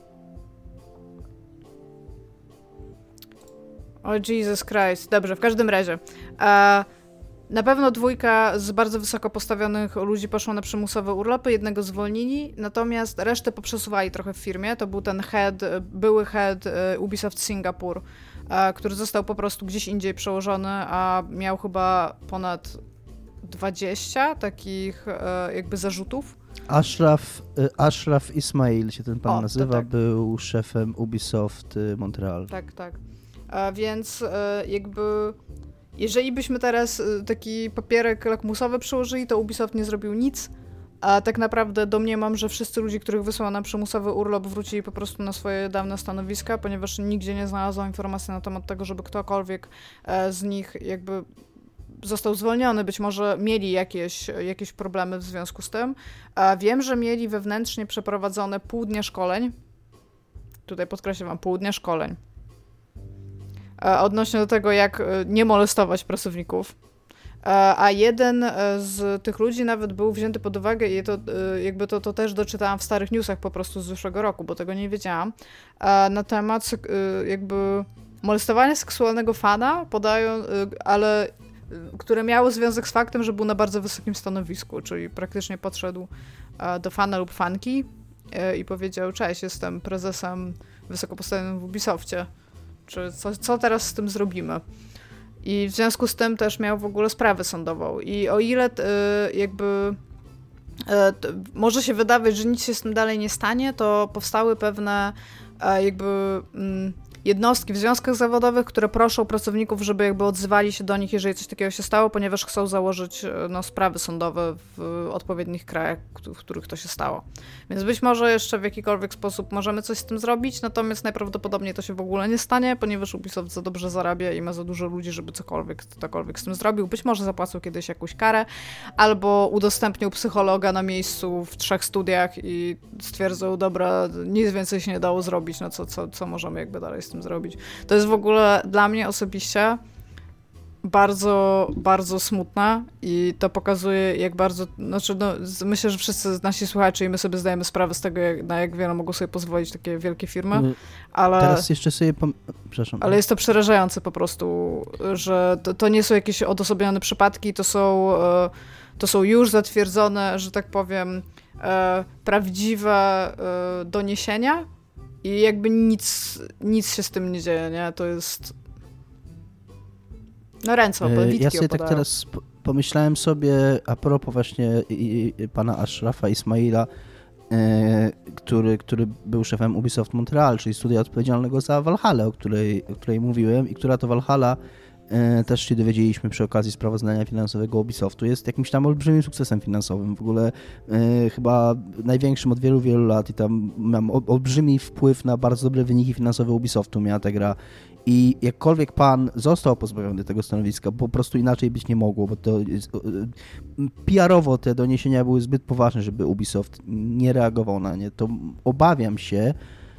O Jesus Christ. Dobrze, w każdym razie. A na pewno dwójka z bardzo wysoko postawionych ludzi poszło na przymusowe urlopy, jednego zwolnili, natomiast resztę poprzesuwali trochę w firmie. To był ten head, były head Ubisoft Singapore, który został po prostu gdzieś indziej przełożony, a miał chyba ponad dwadzieścia takich jakby zarzutów. Ashraf, Ashraf Ismail się ten pan o, nazywa, tak. Był szefem Ubisoft Montreal. Tak, tak. A więc jakby jeżeli byśmy teraz taki papierek lakmusowy przyłożyli, to Ubisoft nie zrobił nic, a tak naprawdę domniemam, że wszyscy ludzie, których wysłał na przymusowy urlop, wrócili po prostu na swoje dawne stanowiska, ponieważ nigdzie nie znalazłam informacji na temat tego, żeby ktokolwiek z nich jakby został zwolniony. Być może mieli jakieś, jakieś problemy w związku z tym. A wiem, że mieli wewnętrznie przeprowadzone pół dnia szkoleń. Tutaj podkreślam wam, pół dnia szkoleń. Odnośnie do tego, jak nie molestować pracowników. A jeden z tych ludzi nawet był wzięty pod uwagę i to, jakby to, to też doczytałam w starych newsach po prostu z zeszłego roku, bo tego nie wiedziałam, na temat jakby molestowania seksualnego fana, podają, ale które miało związek z faktem, że był na bardzo wysokim stanowisku, czyli praktycznie podszedł do fana lub fanki i powiedział: cześć, jestem prezesem wysoko postawionym w Ubisoftie. Czy co, co teraz z tym zrobimy? I w związku z tym też miał w ogóle sprawę sądową. I o ile jakby może się wydawać, że nic się z tym dalej nie stanie, to powstały pewne jakby jednostki w związkach zawodowych, które proszą pracowników, żeby jakby odzywali się do nich, jeżeli coś takiego się stało, ponieważ chcą założyć no, sprawy sądowe w odpowiednich krajach, w których to się stało. Więc być może jeszcze w jakikolwiek sposób możemy coś z tym zrobić, natomiast najprawdopodobniej to się w ogóle nie stanie, ponieważ Ubisoft za dobrze zarabia i ma za dużo ludzi, żeby cokolwiek, cokolwiek z tym zrobił. Być może zapłacą kiedyś jakąś karę, albo udostępnił psychologa na miejscu w trzech studiach i stwierdzą: dobra, nic więcej się nie dało zrobić, no co, co, co możemy jakby dalej z tym zrobić. To jest w ogóle dla mnie osobiście bardzo, bardzo smutne i to pokazuje, jak bardzo, znaczy no, myślę, że wszyscy nasi słuchacze i my sobie zdajemy sprawę z tego, jak, na jak wiele mogą sobie pozwolić takie wielkie firmy, ale... Teraz jeszcze sobie... Pom- Przepraszam. Ale jest to przerażające po prostu, że to, to nie są jakieś odosobnione przypadki, to są, to są już zatwierdzone, że tak powiem, prawdziwe doniesienia i jakby nic, nic się z tym nie dzieje, nie? To jest... No ręce opowitki Ja sobie opadają. tak teraz pomyślałem sobie a propos właśnie i, i, pana Ashrafa Ismaila, e, który, który był szefem Ubisoft Montreal, czyli studia odpowiedzialnego za Valhalla, o której, o której mówiłem i która to Valhalla, e, też się dowiedzieliśmy przy okazji sprawozdania finansowego Ubisoftu, jest jakimś tam olbrzymim sukcesem finansowym, w ogóle e, chyba największym od wielu, wielu lat i tam mam olbrzymi wpływ na bardzo dobre wyniki finansowe Ubisoftu miała ta gra. I jakkolwiek pan został pozbawiony tego stanowiska, po prostu inaczej być nie mogło, bo to P R-owo te doniesienia były zbyt poważne, żeby Ubisoft nie reagował na nie. To obawiam się,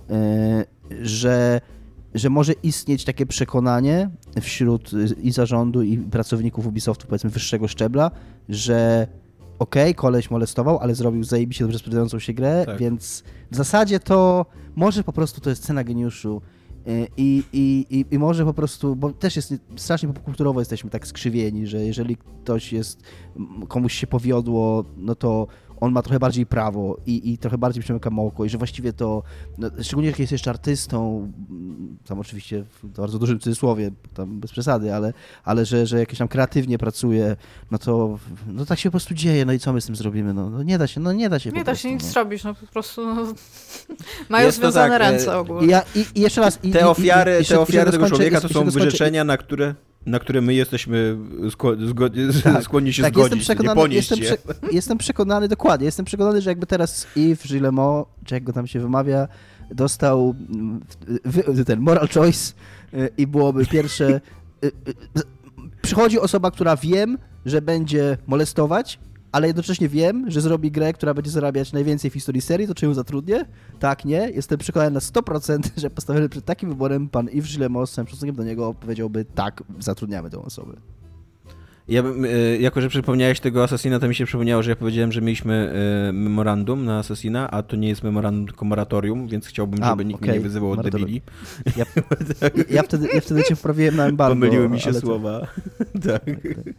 że, że może istnieć takie przekonanie wśród i zarządu, i pracowników Ubisoftu, powiedzmy wyższego szczebla, że okej, okay, koleś molestował, ale zrobił zajebiście dobrze sprzedającą się grę, tak. Więc w zasadzie to może po prostu to jest cena geniuszu. I, i, i może po prostu, bo też jest strasznie popkulturowo jesteśmy tak skrzywieni, że jeżeli ktoś jest, komuś się powiodło, no to on ma trochę bardziej prawo i, i trochę bardziej przemyka oko i że właściwie to, no, szczególnie jak jest jeszcze artystą, tam oczywiście w bardzo dużym cudzysłowie, tam bez przesady, ale, ale że, że jakieś tam kreatywnie pracuje, no to no tak się po prostu dzieje, no i co my z tym zrobimy? No, no nie da się, no nie da się Nie po da prostu, się nic no. zrobić, no po prostu no, mają związane tak, ręce ogólnie. I, ja, i, i jeszcze raz... I, te ofiary, i, i, te ofiary tego człowieka i, to są wyrzeczenia, na które... na które my jesteśmy skło- tak, skłonni się tak, zgodzić, jestem nie ponieść jestem, prze, jestem przekonany, dokładnie, jestem przekonany, że jakby teraz Yves Guillemot, czy jak go tam się wymawia, dostał w, ten moral choice i byłoby pierwsze... Przychodzi osoba, która wiem, że będzie molestować, ale jednocześnie wiem, że zrobi grę, która będzie zarabiać najwięcej w historii serii, to czy ją zatrudnię? Tak, nie? Jestem przekonany na sto procent, że postawiony przed takim wyborem pan Yves Guillemot z całym szacunkiem do niego powiedziałby tak, zatrudniamy tę osobę. Ja bym, jako że przypomniałeś tego Assassina, to mi się przypomniało, że ja powiedziałem, że mieliśmy memorandum na Assassina, a to nie jest memorandum, tylko moratorium, więc chciałbym, żeby a, nikt okay. mnie nie wyzywał od debili. Ja, ja, wtedy, ja wtedy cię wprawiłem na embargo. Pomyliły mi się słowa. Tak. Okay.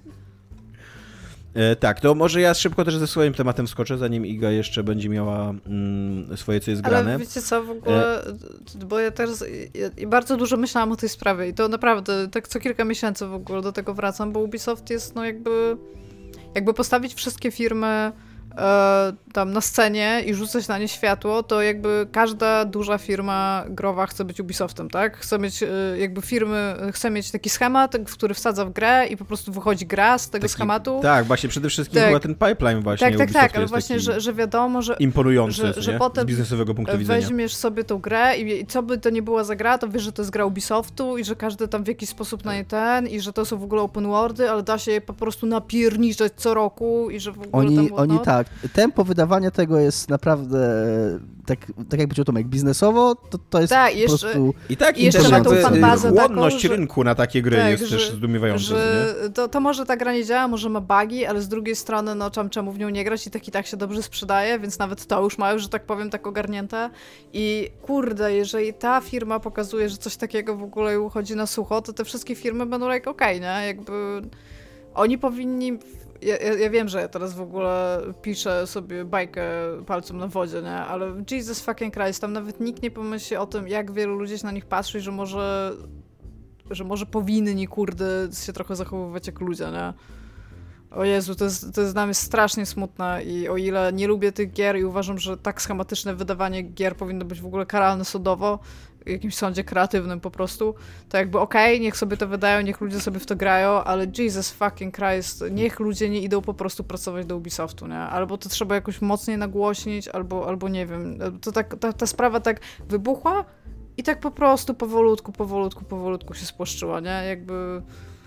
E, tak, to może ja szybko też ze swoim tematem skoczę, zanim Iga jeszcze będzie miała mm, swoje, co jest grane. Ale wiecie co, w ogóle, e... bo ja teraz ja bardzo dużo myślałam o tej sprawie i to naprawdę, tak co kilka miesięcy w ogóle do tego wracam, bo Ubisoft jest no jakby, jakby postawić wszystkie firmy e, tam na scenie i rzucać na nie światło, to jakby każda duża firma growa chce być Ubisoftem, tak? Chce mieć e, jakby firmy, chce mieć taki schemat, w który wsadza w grę i po prostu wychodzi gra z tego taki, schematu. Tak, właśnie przede wszystkim tak. chyba ten pipeline właśnie Tak, tak, Ubisoftu tak, ale właśnie, że, że wiadomo, że imponujący, że, że nie? potem z biznesowego punktu widzenia. Weźmiesz sobie tą grę i, i co by to nie była za gra, to wiesz, że to jest gra Ubisoftu i że każdy tam w jakiś sposób na nie ten i że to są w ogóle open worldy, ale da się je po prostu napierniczać co roku i że w ogóle oni, tam... Oni no, tak, tempo wydawania tego jest naprawdę tak, tak jak powiedział Tomek, biznesowo to, to jest tak, po jeszcze, prostu... I tak i jeszcze ma tą fanbazę chłonność taką, rynku na takie gry tak, jest że, też zdumiewająca. Że to, to może ta gra nie działa, może ma bugi, ale z drugiej strony no czemu, czemu w nią nie grać i tak i tak się dobrze sprzedaje, więc nawet to już mają, że tak powiem, tak ogarnięte. I kurde, jeżeli ta firma pokazuje, że coś takiego w ogóle uchodzi na sucho, to te wszystkie firmy będą like okej, okay, nie? Jakby oni powinni... Ja, ja, ja wiem, że ja teraz w ogóle piszę sobie bajkę palcem na wodzie, nie? Ale Jesus fucking Christ, tam nawet nikt nie pomyśli o tym, jak wielu ludzi się na nich patrzy, że może, że może powinni, kurde, się trochę zachowywać jak ludzie, nie? O Jezu, to jest, to jest dla mnie strasznie smutne i o ile nie lubię tych gier i uważam, że tak schematyczne wydawanie gier powinno być w ogóle karalne sądowo, w jakimś sądzie kreatywnym po prostu, to jakby okej, okay, niech sobie to wydają, niech ludzie sobie w to grają, ale Jesus fucking Christ, niech ludzie nie idą po prostu pracować do Ubisoftu, nie? Albo to trzeba jakoś mocniej nagłośnić, albo, albo nie wiem, to tak, ta, ta sprawa tak wybuchła i tak po prostu powolutku, powolutku, powolutku się spłaszczyła, nie? Jakby...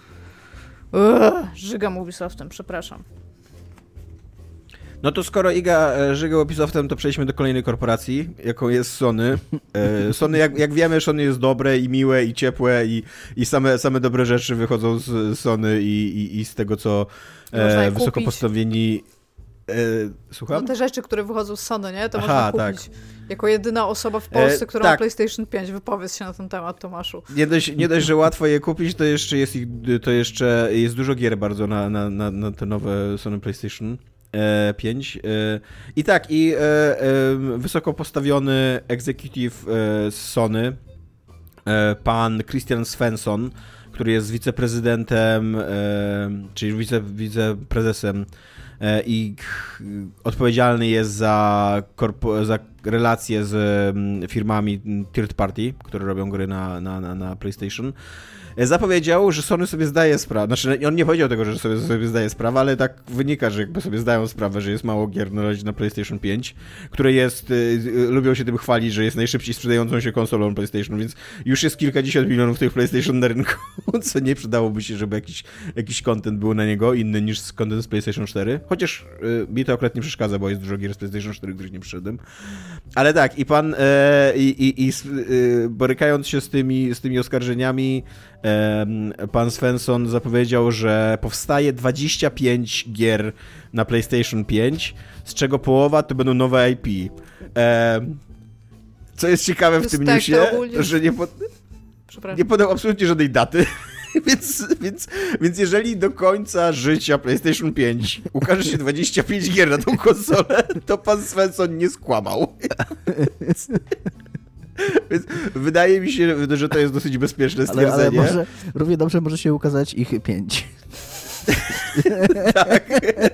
Uuu, żygam Ubisoftem, przepraszam. No to skoro Iga żyga Ubisoftem, to przejdźmy do kolejnej korporacji, jaką jest Sony. Sony, jak, jak wiemy, Sony jest dobre i miłe i ciepłe i, i same, same dobre rzeczy wychodzą z Sony i, i, i z tego, co e, wysoko postawieni... E, słucham? No te rzeczy, które wychodzą z Sony, nie? To Aha, można kupić. Tak. Jako jedyna osoba w Polsce, e, która tak. ma PlayStation pięć. Wypowiedz się na ten temat, Tomaszu. Nie dość, nie dość, że łatwo je kupić, to jeszcze jest, ich, to jeszcze jest dużo gier bardzo na, na, na, na te nowe Sony PlayStation pięć. I tak, i wysoko postawiony executive z Sony, pan Christian Svensson, który jest wiceprezydentem, czyli wice, wiceprezesem i odpowiedzialny jest za, korpo, za relacje z firmami third party, które robią gry na, na, na, na PlayStation. Zapowiedział, że Sony sobie zdaje sprawę, znaczy on nie powiedział tego, że sobie, sobie zdaje sprawę, ale tak wynika, że jakby sobie zdają sprawę, że jest mało gier na razie na PlayStation pięć, które jest, y, y, lubią się tym chwalić, że jest najszybciej sprzedającą się konsolą PlayStation, więc już jest kilkadziesiąt milionów tych PlayStation na rynku, co nie przydałoby się, żeby jakiś, jakiś content był na niego inny niż content z PlayStation cztery, chociaż y, mi to akurat nie przeszkadza, bo jest dużo gier z PlayStation cztery, których nie przyszedłem. Ale tak, i pan, y, i, i, y, borykając się z tymi, z tymi oskarżeniami, pan Svensson zapowiedział, że powstaje dwadzieścia pięć gier na PlayStation pięć, z czego połowa to będą nowe I P. Co jest ciekawe w tym newsie, że nie, pod... nie podał absolutnie żadnej daty. więc, więc, więc jeżeli do końca życia PlayStation pięć ukaże się dwadzieścia pięć gier na tą konsolę, to pan Svensson nie skłamał. Więc, więc wydaje mi się, że to jest dosyć bezpieczne stwierdzenie. Ale, ale może, równie dobrze może się ukazać ich pięć. Tak.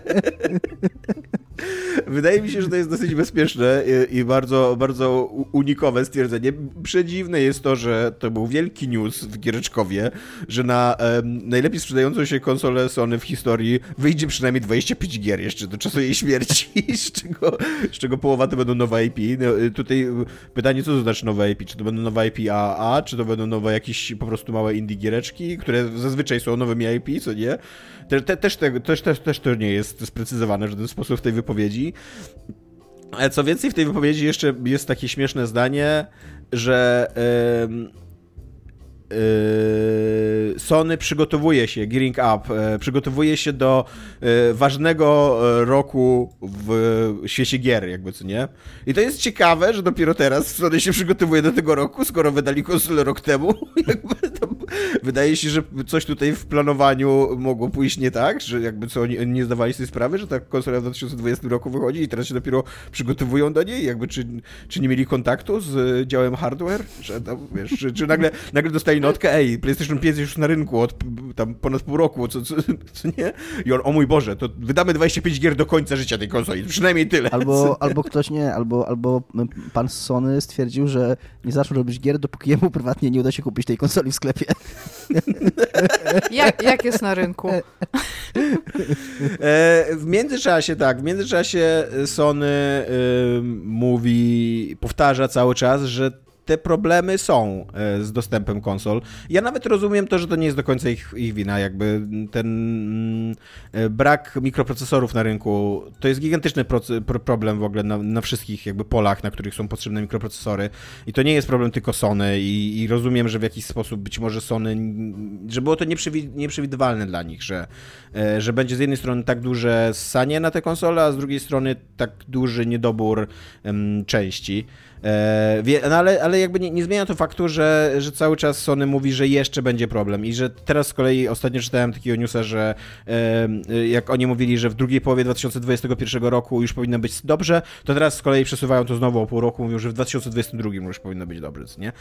Wydaje mi się, że to jest dosyć bezpieczne i, i bardzo, bardzo unikowe stwierdzenie. Przedziwne jest to, że to był wielki news w Giereczkowie, że na um, najlepiej sprzedającą się konsolę Sony w historii wyjdzie przynajmniej dwadzieścia pięć gier jeszcze do czasu jej śmierci, z czego, z czego połowa to będą nowe I P. No, tutaj pytanie, co to znaczy nowe I P? Czy to będą nowe I P A A, czy to będą nowe jakieś po prostu małe indie giereczki, które zazwyczaj są nowymi I P, co nie? Te, te, też, te, też, też, też to nie jest sprecyzowane w żaden sposób w tej wypowiedzi. Ale co więcej, w tej wypowiedzi jeszcze jest takie śmieszne zdanie, że yy, yy, Sony przygotowuje się, gearing up, yy, przygotowuje się do yy, ważnego roku w świecie gier, jakby co nie. I to jest ciekawe, że dopiero teraz Sony się przygotowuje do tego roku, skoro wydali konsolę rok temu. Jakby to, wydaje się, że coś tutaj w planowaniu mogło pójść nie tak, że jakby co, oni nie zdawali sobie sprawy, że ta konsola w dwa tysiące dwudziestym roku wychodzi i teraz się dopiero przygotowują do niej, jakby czy, czy nie mieli kontaktu z działem hardware, że tam, wiesz, czy, czy nagle, nagle dostali notkę, ej, PlayStation pięć jest już na rynku od tam ponad pół roku, co, co, co nie? I on, o mój Boże, to wydamy dwadzieścia pięć gier do końca życia tej konsoli, przynajmniej tyle. Albo, albo ktoś nie, albo, albo pan z Sony stwierdził, że nie zaczął robić gier, dopóki jemu prywatnie nie uda się kupić tej konsoli w sklepie. Jak, jak jest na rynku? W międzyczasie, tak, w międzyczasie Sony y, mówi, powtarza cały czas, że te problemy są z dostępem konsol. Ja nawet rozumiem to, że to nie jest do końca ich, ich wina, jakby ten brak mikroprocesorów na rynku to jest gigantyczny problem w ogóle na, na wszystkich jakby polach, na których są potrzebne mikroprocesory i to nie jest problem tylko Sony i, i rozumiem, że w jakiś sposób być może Sony, że było to nieprzewi- nieprzewidywalne dla nich, że, że będzie z jednej strony tak duże ssanie na te konsole, a z drugiej strony tak duży niedobór um, części. No ale, ale jakby nie, nie zmienia to faktu, że, że cały czas Sony mówi, że jeszcze będzie problem i że teraz z kolei ostatnio czytałem takiego newsa, że jak oni mówili, że w drugiej połowie dwa tysiące dwudziestego pierwszego roku już powinno być dobrze, to teraz z kolei przesuwają to znowu o pół roku, mówią, że w dwa tysiące dwudziestym drugim już powinno być dobrze, nie?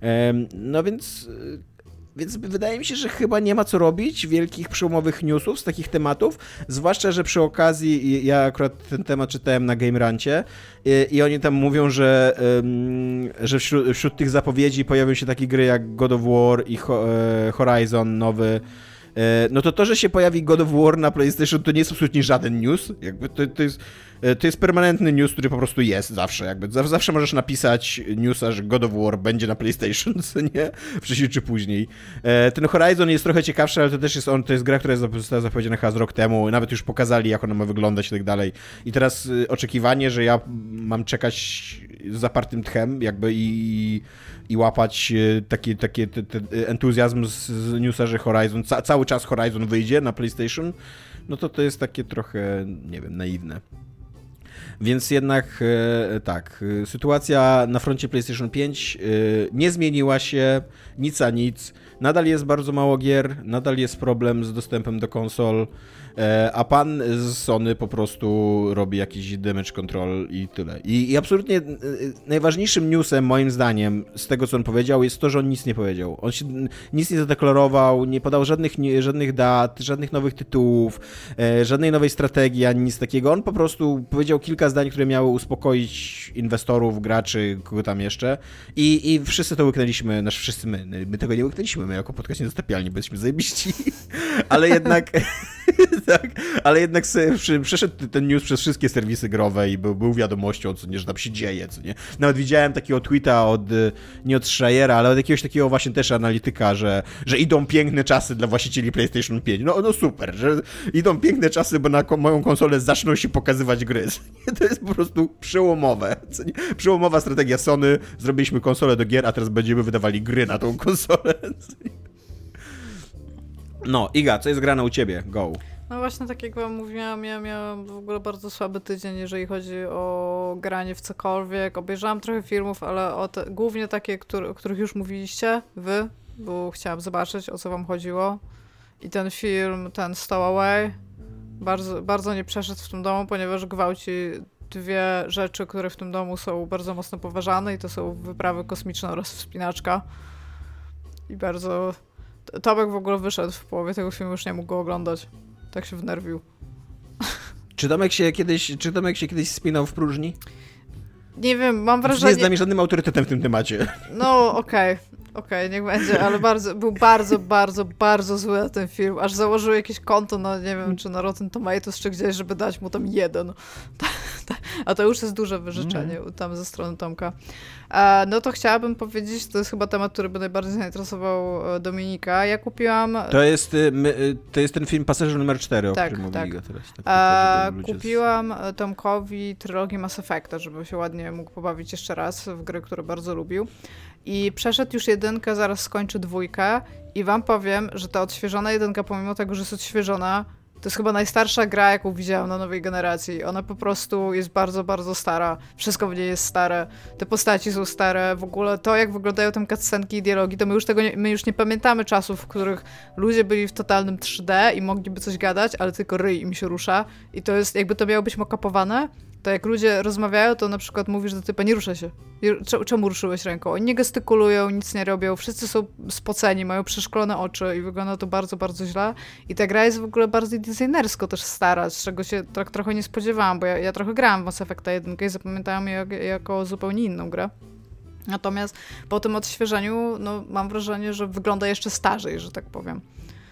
No więc... Więc wydaje mi się, że chyba nie ma co robić wielkich przełomowych newsów z takich tematów, zwłaszcza, że przy okazji, ja akurat ten temat czytałem na Game Rancie i, i oni tam mówią, że, um, że wśród, wśród tych zapowiedzi pojawią się takie gry jak God of War i Ho, e, Horizon nowy. E, no to to, że się pojawi God of War na PlayStation, to nie jest absolutnie żaden news. Jakby to, to jest... To jest permanentny news, który po prostu jest zawsze. Jakby zawsze możesz napisać newsa, że God of War będzie na PlayStation, co nie? Wcześniej czy później. Ten Horizon jest trochę ciekawszy, ale to też jest on, to jest gra, która została zapowiedziana chyba z rok temu. Nawet już pokazali, jak ona ma wyglądać i tak dalej. I teraz oczekiwanie, że ja mam czekać z zapartym tchem jakby i, i łapać taki, taki te, te entuzjazm z, z newsa, że Horizon, ca, cały czas Horizon wyjdzie na PlayStation, no to to jest takie trochę, nie wiem, naiwne. Więc jednak e, tak, sytuacja na froncie PlayStation pięć e, nie zmieniła się, nic a nic. Nadal jest bardzo mało gier, nadal jest problem z dostępem do konsol, e, a pan z Sony po prostu robi jakiś damage control i tyle. I, i absolutnie e, najważniejszym newsem moim zdaniem z tego, co on powiedział, jest to, że on nic nie powiedział. On się nic nie zadeklarował, nie podał żadnych, nie, żadnych dat, żadnych nowych tytułów, e, żadnej nowej strategii, ani nic takiego. On po prostu powiedział kilka zdań, które miały uspokoić inwestorów, graczy, kogo tam jeszcze i, i wszyscy to łyknęliśmy, znaczy wszyscy my, my tego nie łyknęliśmy, my jako podcast niezatapialni, byliśmy zajebiści, ale jednak tak, ale jednak przeszedł ten news przez wszystkie serwisy growe i był, był wiadomością, co nie, że tam się dzieje, co nie. Nawet widziałem takiego tweeta od, nie od Schreiera, ale od jakiegoś takiego właśnie też analityka, że, że idą piękne czasy dla właścicieli PlayStation pięć. No, no super, że idą piękne czasy, bo na moją konsolę zaczną się pokazywać gry. To jest po prostu przełomowe. Co nie? Przełomowa strategia Sony, zrobiliśmy konsolę do gier, a teraz będziemy wydawali gry na tą konsolę. No, Iga, co jest grane u ciebie? Go. No właśnie, tak jak wam mówiłam, ja miałam w ogóle bardzo słaby tydzień, jeżeli chodzi o granie w cokolwiek. Obejrzałam trochę filmów, ale o te, głównie takie, który, o których już mówiliście wy, bo chciałam zobaczyć, o co wam chodziło. I ten film, ten Stowaway, bardzo, bardzo nie przeszedł w tym domu, ponieważ gwałci dwie rzeczy, które w tym domu są bardzo mocno poważane i to są wyprawy kosmiczne oraz wspinaczka. I bardzo... Tomek w ogóle wyszedł w połowie tego filmu, już nie mógł go oglądać. Tak się wnerwił. Czy Tomek się kiedyś, czy Tomek się kiedyś spinał w próżni? Nie wiem, mam wrażenie... Nie jest dla mnie żadnym autorytetem w tym temacie. No, okej. Okay. Okej, okay, niech będzie, ale bardzo, był bardzo, bardzo, bardzo zły na ten film. Aż założył jakieś konto na, nie wiem, czy na Rotten Tomatoes, czy gdzieś, żeby dać mu tam jeden. A to już jest duże wyżyczenie mm. tam ze strony Tomka. E, no to chciałabym powiedzieć, to jest chyba temat, który by najbardziej zainteresował Dominika. Ja kupiłam... To jest, my, to jest ten film Pasażer numer cztery, tak, o którym tak. mówili teraz. Tak, e, kupiłam z... Tomkowi trylogię Mass Effecta, żeby się ładnie mógł pobawić jeszcze raz w gry, które bardzo lubił. I przeszedł już jedynkę, zaraz skończy dwójkę i wam powiem, że ta odświeżona jedynka, pomimo tego, że jest odświeżona, to jest chyba najstarsza gra, jaką widziałam na nowej generacji. Ona po prostu jest bardzo, bardzo stara. Wszystko w niej jest stare. Te postaci są stare. W ogóle to, jak wyglądają tam cutscenki i dialogi, to my już tego nie, my już nie pamiętamy czasów, w których ludzie byli w totalnym trzy D i mogliby coś gadać, ale tylko ryj im się rusza. I to jest, jakby to miało być mock-upowane, to jak ludzie rozmawiają, to na przykład mówisz do typa, nie ruszaj się. Czemu ruszyłeś ręką? Oni nie gestykulują, nic nie robią, wszyscy są spoceni, mają przeszklone oczy i wygląda to bardzo, bardzo źle. I ta gra jest w ogóle bardziej designersko też stara, z czego się tak trochę nie spodziewałam, bo ja, ja trochę grałam w Mass Effecta jeden i zapamiętałam je jak, jako zupełnie inną grę. Natomiast po tym odświeżeniu, no, mam wrażenie, że wygląda jeszcze starzej, że tak powiem.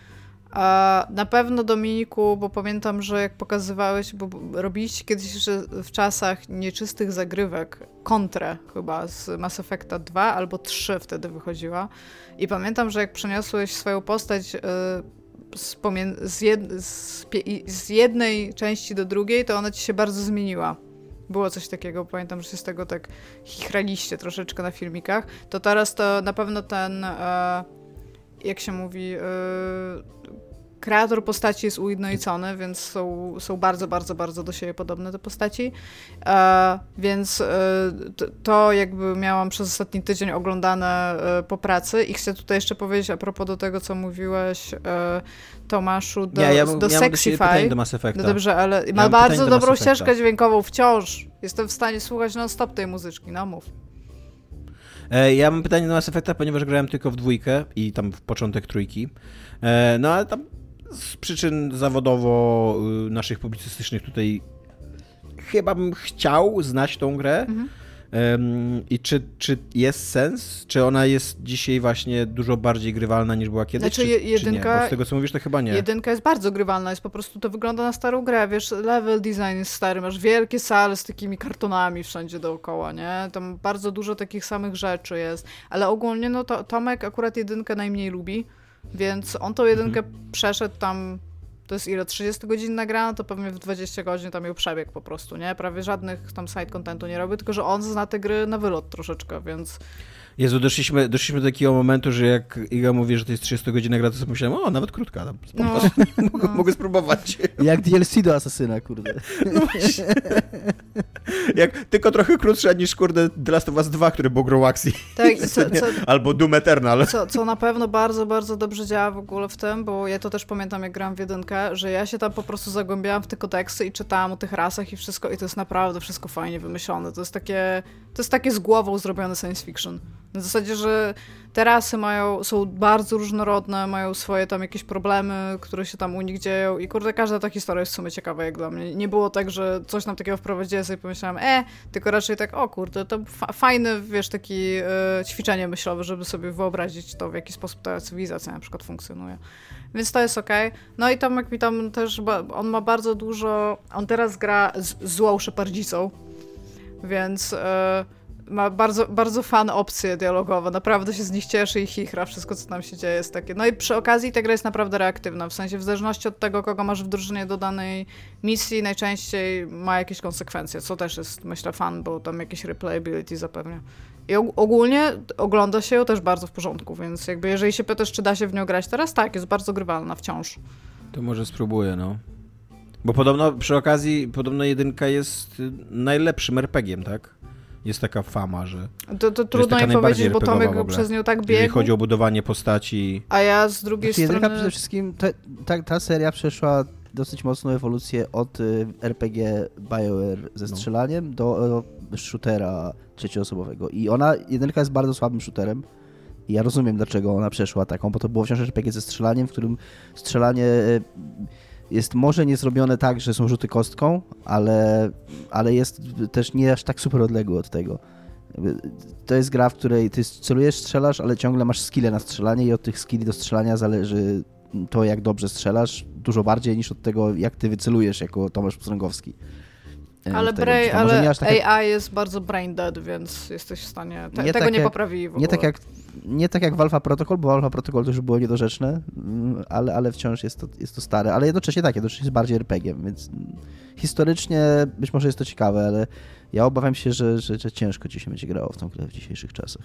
A na pewno, Dominiku, bo pamiętam, że jak pokazywałeś, bo robiliście kiedyś jeszcze w czasach nieczystych zagrywek kontrę chyba z Mass Effecta dwa albo trzy wtedy wychodziła i pamiętam, że jak przeniosłeś swoją postać y, z, pomie- z, jed- z, pie- z jednej części do drugiej, to ona ci się bardzo zmieniła. Było coś takiego, pamiętam, że się z tego tak chichraliście troszeczkę na filmikach. To teraz to na pewno ten... Y, jak się mówi, yy, kreator postaci jest ujednolicony, więc są, są bardzo, bardzo, bardzo do siebie podobne te postaci. E, więc e, to, to jakby miałam przez ostatni tydzień oglądane e, po pracy i chcę tutaj jeszcze powiedzieć a propos do tego, co mówiłeś e, Tomaszu, do, ja, ja, do ja Sexify. Do Mass Effecta. No dobrze, ale ja ma bardzo dobrą ścieżkę dźwiękową wciąż. Jestem w stanie słuchać non-stop tej muzyczki, no mów. Ja mam pytanie do Mass Effecta, ponieważ grałem tylko w dwójkę i tam w początek trójki. No ale tam z przyczyn zawodowo naszych publicystycznych tutaj chyba bym chciał znać tą grę. Mhm. I czy, czy jest sens? Czy ona jest dzisiaj właśnie dużo bardziej grywalna niż była kiedyś? Znaczy, czy, jedynka, czy nie? Bo z tego, co mówisz, to chyba nie. Jedynka jest bardzo grywalna, jest po prostu, to wygląda na starą grę, wiesz, level design jest stary, masz wielkie sale z takimi kartonami wszędzie dookoła, nie? Tam bardzo dużo takich samych rzeczy jest, ale ogólnie, no to Tomek akurat jedynkę najmniej lubi, więc on tą jedynkę mhm. przeszedł tam, to jest ile, trzydzieści godzin nagrana, to pewnie w dwadzieścia godzin tam ją przebiegł po prostu, nie? Prawie żadnych tam side contentu nie robi, tylko że on zna te gry na wylot troszeczkę, więc... Jezu, doszliśmy, doszliśmy do takiego momentu, że jak Iga mówi, że to jest trzydziestogodzinna gra, to sobie myślałem, o, nawet krótka, tam, no, mogę, no. mogę spróbować. Jak D L C do Asasyna, kurde. No właśnie. Jak, tylko trochę krótsza niż, kurde, The Last of Us dwa, który był grą akcji. Tak, co, co, albo Doom Eternal. Co, co na pewno bardzo, bardzo dobrze działa w ogóle w tym, bo ja to też pamiętam, jak grałam w jedynkę, że ja się tam po prostu zagłębiałam w te kodeksy i czytałam o tych rasach i wszystko i to jest naprawdę wszystko fajnie wymyślone. To jest takie, to jest takie z głową zrobione science fiction. Na zasadzie, że te rasy mają, są bardzo różnorodne, mają swoje tam jakieś problemy, które się tam u nich dzieją i kurde, każda ta historia jest w sumie ciekawa jak dla mnie. Nie było tak, że coś nam takiego wprowadziłem, sobie pomyślałam, e, tylko raczej tak, o kurde, to fa- fajne, wiesz, takie e, ćwiczenie myślowe, żeby sobie wyobrazić to, w jaki sposób ta cywilizacja na przykład funkcjonuje. Więc to jest okej. Okay. No i Tomek mi tam też, on ma bardzo dużo, on teraz gra z złą szepardzicą, więc... E, ma bardzo, bardzo fan opcje dialogowe, naprawdę się z nich cieszy i chichra, wszystko co tam się dzieje jest takie. No i przy okazji ta gra jest naprawdę reaktywna, w sensie w zależności od tego, kogo masz w drużynie do danej misji, najczęściej ma jakieś konsekwencje, co też jest, myślę, fan, bo tam jakieś replayability zapewnia. I og- ogólnie ogląda się ją też bardzo w porządku, więc jakby jeżeli się pytasz, czy da się w nią grać teraz, tak, jest bardzo grywalna wciąż. To może spróbuję, no. Bo podobno przy okazji, podobno jedynka jest najlepszym er pe giem, tak? Jest taka fama, że... To, to trudno mi powiedzieć, bo Tomek przez nią tak biegł. Jeżeli chodzi o budowanie postaci... A ja z drugiej znaczy, strony... Przede wszystkim ta, ta, ta seria przeszła dosyć mocną ewolucję od y, R P G BioWare ze strzelaniem no. do y, shootera trzecioosobowego. I ona, jedynka jest bardzo słabym shooterem. I ja rozumiem, dlaczego ona przeszła taką, bo to było wciąż R P G ze strzelaniem, w którym strzelanie y, jest może nie zrobione tak, że są rzuty kostką, ale, ale jest też nie aż tak super odległy od tego. To jest gra, w której ty celujesz, strzelasz, ale ciągle masz skille na strzelanie i od tych skilli do strzelania zależy to, jak dobrze strzelasz, dużo bardziej niż od tego, jak ty wycelujesz jako Tomasz Pstrągowski. Ale, brain, ale nie tak jak... A I jest bardzo brain dead, więc jesteś w stanie... Te, nie tego tak nie jak, poprawili w ogóle. Nie tak jak, nie tak jak w Alpha Protocol, bo Alpha Protocol to już było niedorzeczne, ale, ale wciąż jest to, jest to stare. Ale jednocześnie tak, jednocześnie jest bardziej R P G-iem, więc historycznie być może jest to ciekawe, ale ja obawiam się, że, że, że ciężko ci się będzie grało w tą grę w dzisiejszych czasach.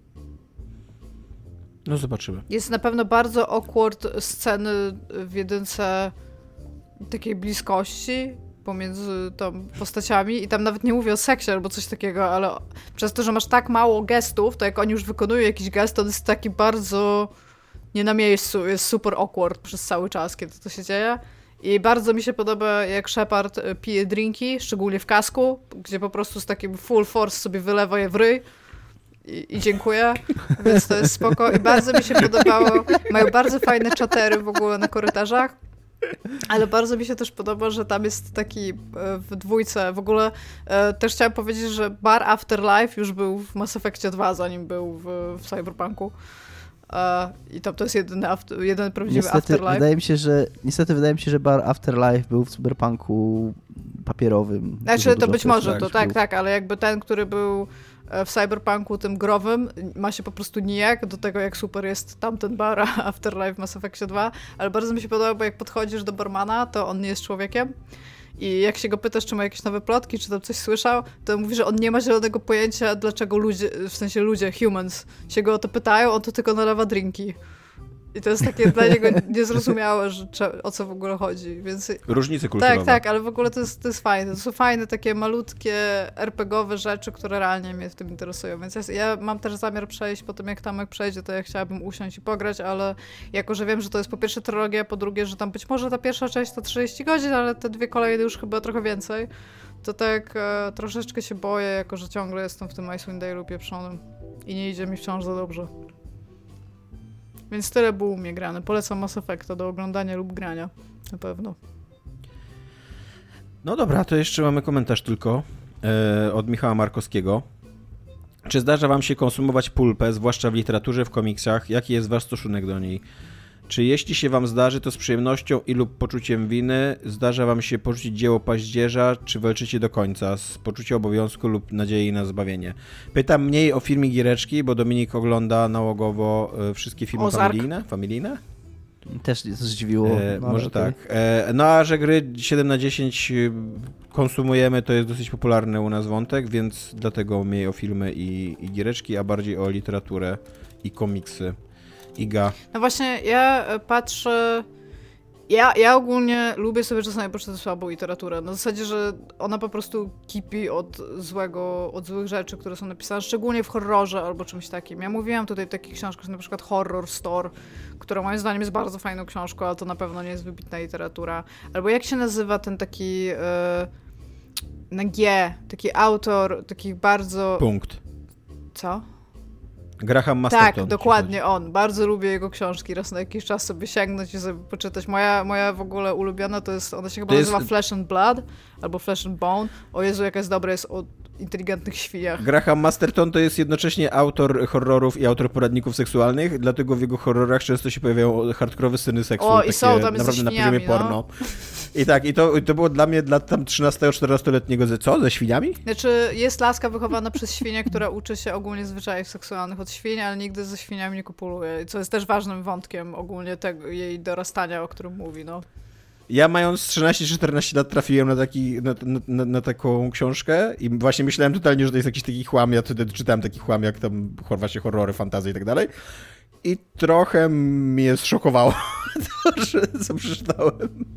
No zobaczymy. Jest na pewno bardzo awkward sceny w jedynce takiej bliskości pomiędzy tam postaciami i tam nawet nie mówię o seksie albo coś takiego, ale przez to, że masz tak mało gestów, to jak oni już wykonują jakiś gest, to on jest taki bardzo nie na miejscu, jest super awkward przez cały czas, kiedy to się dzieje. I bardzo mi się podoba, jak Shepard pije drinki, szczególnie w kasku, gdzie po prostu z takim full force sobie wylewa je w ryj. I, I dziękuję, więc to jest spoko. I bardzo mi się podobało, mają bardzo fajne czatery w ogóle na korytarzach, ale bardzo mi się też podoba, że tam jest taki w dwójce, w ogóle e, też chciałam powiedzieć, że bar Afterlife już był w Mass Effectie dwa, zanim był w, w Cyberpunku. E, I tam to jest jedyny, after, jedyny prawdziwy niestety, Afterlife. Wydaje mi się, że, niestety wydaje mi się, że bar Afterlife był w Cyberpunku papierowym. Znaczy to być może, to tak, tak, ale jakby ten, który był w Cyberpunku tym growym ma się po prostu nijak do tego, jak super jest tamten bar Afterlife w Mass Effectie dwa, ale bardzo mi się podoba, bo jak podchodzisz do barmana, to on nie jest człowiekiem i jak się go pytasz, czy ma jakieś nowe plotki, czy tam coś słyszał, to mówi, że on nie ma zielonego pojęcia, dlaczego ludzie, w sensie ludzie, humans, się go o to pytają, on to tylko nalewa drinki. I to jest takie dla niego niezrozumiałe, że, o co w ogóle chodzi. Więc... Różnice kulturowe. Tak, tak, ale w ogóle to jest, to jest fajne. To są fajne, takie malutkie er pe gie owe rzeczy, które realnie mnie w tym interesują. Więc ja, ja mam też zamiar przejść, po tym jak Tomek przejdzie, to ja chciałabym usiąść i pograć, ale jako, że wiem, że to jest po pierwsze trylogia, po drugie, że tam być może ta pierwsza część to trzydzieści godzin, ale te dwie kolejne już chyba trochę więcej, to tak e, troszeczkę się boję, jako że ciągle jestem w tym Icewind Dale'u pieprzonym i nie idzie mi wciąż za dobrze. Więc tyle było u mnie grane. Polecam Mass Effecta do oglądania lub grania. Na pewno. No dobra, to jeszcze mamy komentarz tylko e, od Michała Markowskiego. Czy zdarza wam się konsumować pulpę, zwłaszcza w literaturze, w komiksach? Jaki jest wasz stosunek do niej? Czy jeśli się wam zdarzy, to z przyjemnością i lub poczuciem winy? Zdarza wam się porzucić dzieło paździerza, czy walczycie do końca z poczucia obowiązku lub nadziei na zbawienie? Pytam mniej o filmy Giereczki, bo Dominik ogląda nałogowo wszystkie filmy Ozark. familijne. Familijne? Też to zdziwiło. E, no, może okay. tak. E, no a że gry siedem na dziesięć konsumujemy, to jest dosyć popularny u nas wątek, więc dlatego mniej o filmy i, i Giereczki, a bardziej o literaturę i komiksy. Iga. No właśnie, ja patrzę... Ja, ja ogólnie lubię sobie czasami poczytać słabą literaturę. Na zasadzie, że ona po prostu kipi od złego, od złych rzeczy, które są napisane, szczególnie w horrorze albo czymś takim. Ja mówiłam tutaj o takich książkach, na przykład Horror Store, która moim zdaniem jest bardzo fajną książką, ale to na pewno nie jest wybitna literatura. Albo jak się nazywa ten taki... Yy, na G, taki autor takich bardzo... Punkt. Co? Graham Masterton. Tak, dokładnie on. Bardzo lubię jego książki. Raz na jakiś czas sobie sięgnąć i sobie poczytać. Moja, moja w ogóle ulubiona to jest, ona się chyba to nazywa jest... Flesh and Blood albo Flesh and Bone. O Jezu, jaka jest dobra, jest o inteligentnych świniach. Graham Masterton to jest jednocześnie autor horrorów i autor poradników seksualnych, dlatego w jego horrorach często się pojawiają hardkorowe sceny seksu. O, i są tam naprawdę ze na poziomie no. porno. I tak, i to, to było dla mnie dla tam trzynasto-czternastoletniego, ze co? Ze świniami? Znaczy, jest laska wychowana przez świnię, która uczy się ogólnie zwyczajów seksualnych od świń, ale nigdy ze świniami nie kopuluje, co jest też ważnym wątkiem ogólnie tego, jej dorastania, o którym mówi, no. Ja mając trzynaście czternaście lat trafiłem na, taki, na, na, na taką książkę i właśnie myślałem totalnie, że to jest jakiś taki chłam, ja wtedy czytałem taki chłam jak tam właśnie horrory, fantasy i tak dalej i trochę mnie zszokowało to, że co przeczytałem.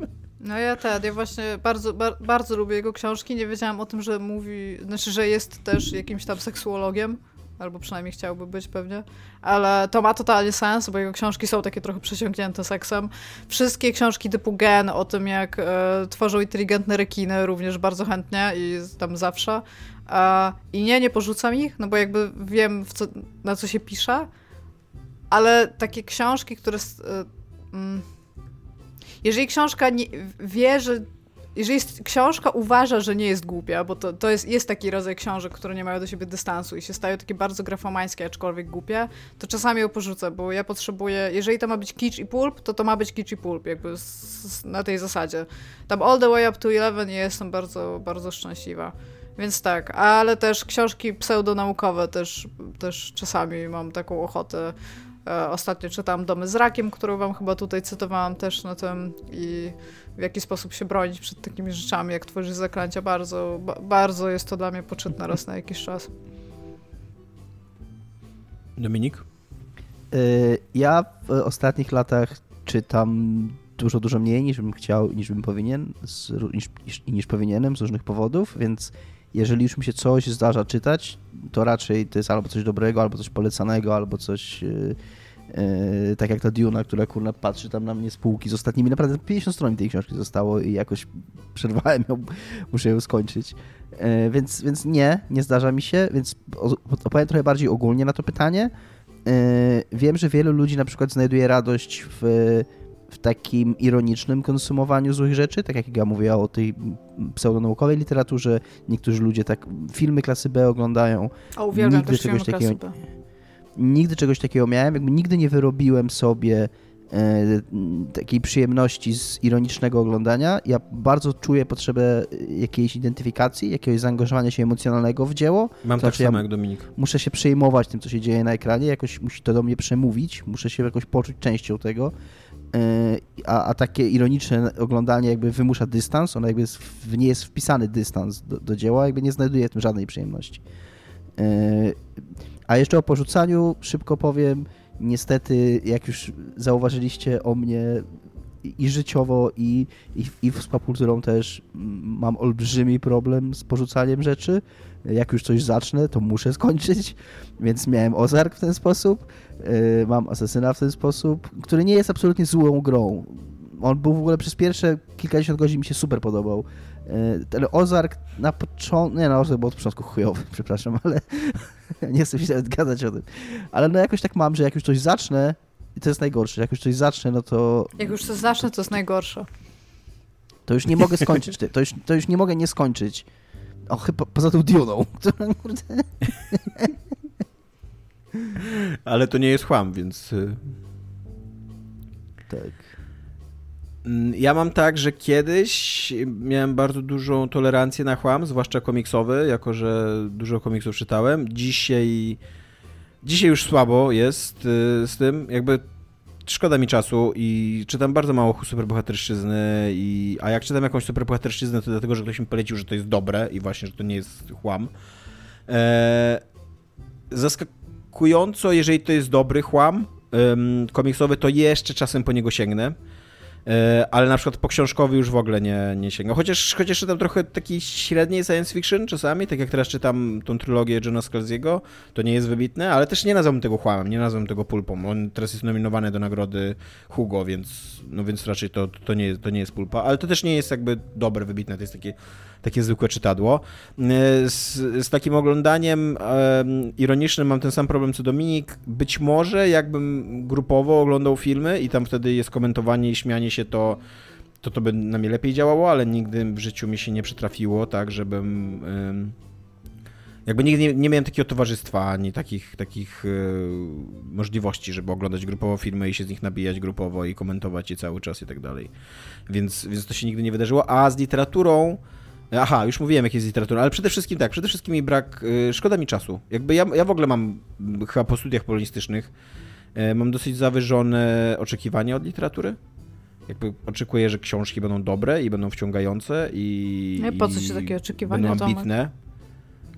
No ja też, ja właśnie bardzo, bar, bardzo lubię jego książki. Nie wiedziałam o tym, że mówi, znaczy, że jest też jakimś tam seksuologiem, albo przynajmniej chciałby być pewnie, ale to ma totalnie sens, bo jego książki są takie trochę przesiąknięte seksem. Wszystkie książki typu Gen o tym, jak e, tworzą inteligentne rekiny, również bardzo chętnie i tam zawsze. E, I nie, nie porzucam ich, no bo jakby wiem, w co, na co się pisze, ale takie książki, które... E, mm, jeżeli książka nie, wie, że jeżeli książka uważa, że nie jest głupia, bo to, to jest, jest taki rodzaj książek, które nie mają do siebie dystansu i się stają takie bardzo grafomańskie, aczkolwiek głupie, to czasami ją porzucę, bo ja potrzebuję, jeżeli to ma być kicz i pulp, to to ma być kicz i pulp, jakby z, z, na tej zasadzie. Tam all the way up to eleven ja jestem bardzo, bardzo szczęśliwa. Więc tak, ale też książki pseudonaukowe też, też czasami mam taką ochotę. Ostatnio czytałam Domy z rakiem, którą wam chyba tutaj cytowałam też na tym i w jaki sposób się bronić przed takimi rzeczami, jak tworzyć zaklęcia. Bardzo, ba- bardzo jest to dla mnie poczytne raz na jakiś czas. Dominik? Ja w ostatnich latach czytam dużo, dużo mniej niż bym chciał, niż bym powinien, z, niż, niż, niż powinienem z różnych powodów, więc jeżeli już mi się coś zdarza czytać, to raczej to jest albo coś dobrego, albo coś polecanego, albo coś yy, yy, tak jak ta Duna, która kurna patrzy tam na mnie z półki z ostatnimi, naprawdę pięćdziesiąt stron tej książki zostało i jakoś przerwałem ją, muszę ją skończyć. Yy, więc, więc nie, nie zdarza mi się, więc opowiem trochę bardziej ogólnie na to pytanie. Yy, wiem, że wielu ludzi na przykład znajduje radość w w takim ironicznym konsumowaniu złych rzeczy, tak jak ja mówię o tej pseudonaukowej literaturze. Niektórzy ludzie tak filmy klasy B oglądają. O, uwielbiam też filmy klasy B. Nigdy czegoś takiego miałem, jakby nigdy nie wyrobiłem sobie e, takiej przyjemności z ironicznego oglądania. Ja bardzo czuję potrzebę jakiejś identyfikacji, jakiegoś zaangażowania się emocjonalnego w dzieło. Mam to tak samo ja jak Dominik. Muszę się przejmować tym, co się dzieje na ekranie, jakoś musi to do mnie przemówić, muszę się jakoś poczuć częścią tego. A, a takie ironiczne oglądanie jakby wymusza dystans, ono jakby jest, w nie jest wpisany dystans do, do dzieła, jakby nie znajduje w tym żadnej przyjemności. A jeszcze o porzucaniu szybko powiem, niestety jak już zauważyliście o mnie i życiowo i, i, i z popkulturą też mam olbrzymi problem z porzucaniem rzeczy. Jak już coś zacznę, to muszę skończyć, więc miałem Ozark w ten sposób, yy, mam Asasyna w ten sposób, który nie jest absolutnie złą grą. On był w ogóle przez pierwsze kilkadziesiąt godzin mi się super podobał. Yy, ale Ozark na początku, nie no, Ozark był od początku chujowy, przepraszam, ale nie chcę się nawet gadać o tym. Ale no jakoś tak mam, że jak już coś zacznę, i to jest najgorsze, jak już coś zacznę, no to... Jak już coś zacznę, to jest najgorsze. To już nie mogę skończyć, to już, to już nie mogę nie skończyć. O, chyba poza tą Duną, która kurde... Ale to nie jest chłam, więc... Tak. Ja mam tak, że kiedyś miałem bardzo dużą tolerancję na chłam, zwłaszcza komiksowy, jako że dużo komiksów czytałem. Dzisiaj... Dzisiaj już słabo jest z tym, jakby szkoda mi czasu i czytam bardzo mało superbohaterszczyzny, i, a jak czytam jakąś superbohaterszczyznę, to dlatego, że ktoś mi polecił, że to jest dobre i właśnie, że to nie jest chłam. Eee, zaskakująco, jeżeli to jest dobry chłam um, komiksowy, to jeszcze czasem po niego sięgnę. Ale na przykład po książkowy już w ogóle nie, nie sięgam. Chociaż, chociaż czytam trochę takiej średniej science fiction czasami, tak jak teraz czytam tą trylogię Johna Scalziego, to nie jest wybitne, ale też nie nazwałbym tego chłamem, nie nazwałbym tego pulpą. On teraz jest nominowany do nagrody Hugo, więc, no więc raczej to, to, nie jest, to nie jest pulpa, ale to też nie jest jakby dobre, wybitne, to jest takie, takie zwykłe czytadło. Z, z takim oglądaniem um, ironicznym mam ten sam problem co Dominik. Być może jakbym grupowo oglądał filmy i tam wtedy jest komentowanie i śmianie się, to to, to by na mnie lepiej działało, ale nigdy w życiu mi się nie przytrafiło, tak, żebym um, jakby nigdy nie, nie miałem takiego towarzystwa, ani takich, takich um, możliwości, żeby oglądać grupowo filmy i się z nich nabijać grupowo i komentować je cały czas i tak dalej. Więc, więc to się nigdy nie wydarzyło. A z literaturą Aha, już mówiłem, jak jest literatura, ale przede wszystkim tak, przede wszystkim mi brak, y, szkoda mi czasu. Jakby ja, ja w ogóle mam, chyba po studiach polonistycznych, y, mam dosyć zawyżone oczekiwania od literatury. Jakby oczekuję, że książki będą dobre i będą wciągające i... No i po co się takie oczekiwania, będą ambitne.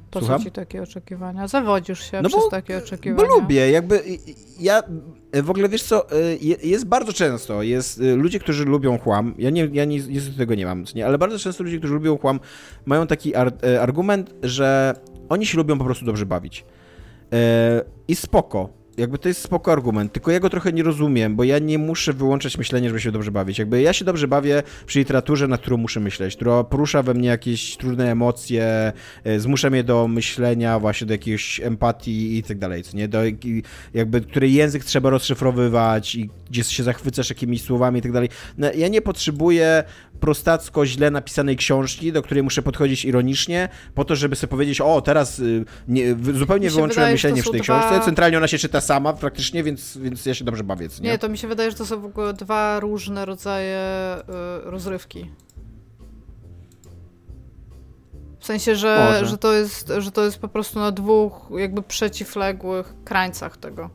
Po Słucham? co ci takie oczekiwania? Zawodzisz się no przez bo, takie oczekiwania. Bo lubię, jakby ja w ogóle wiesz co, jest bardzo często, jest ludzie, którzy lubią chłam, ja nie, ja nie, niestety tego nie mam, nie, ale bardzo często ludzie, którzy lubią chłam, mają taki ar, argument, że oni się lubią po prostu dobrze bawić. I spoko. Jakby to jest spoko argument, tylko ja go trochę nie rozumiem, bo ja nie muszę wyłączać myślenia, żeby się dobrze bawić. Jakby ja się dobrze bawię przy literaturze, na którą muszę myśleć, która porusza we mnie jakieś trudne emocje, zmusza mnie do myślenia, właśnie do jakiejś empatii i tak dalej, co nie? Do jakby, której język trzeba rozszyfrowywać i gdzie się zachwycasz jakimiś słowami i tak dalej. No, ja nie potrzebuję prostacko źle napisanej książki, do której muszę podchodzić ironicznie, po to, żeby sobie powiedzieć, o, teraz nie, zupełnie wyłączyłem wydaje, myślenie przy tej dwa... książce, centralnie ona się czyta sama praktycznie, więc, więc ja się dobrze bawię, nie? Nie, to mi się wydaje, że to są w ogóle dwa różne rodzaje y, rozrywki. W sensie, że, że, to jest, że to jest po prostu na dwóch jakby przeciwległych krańcach tego.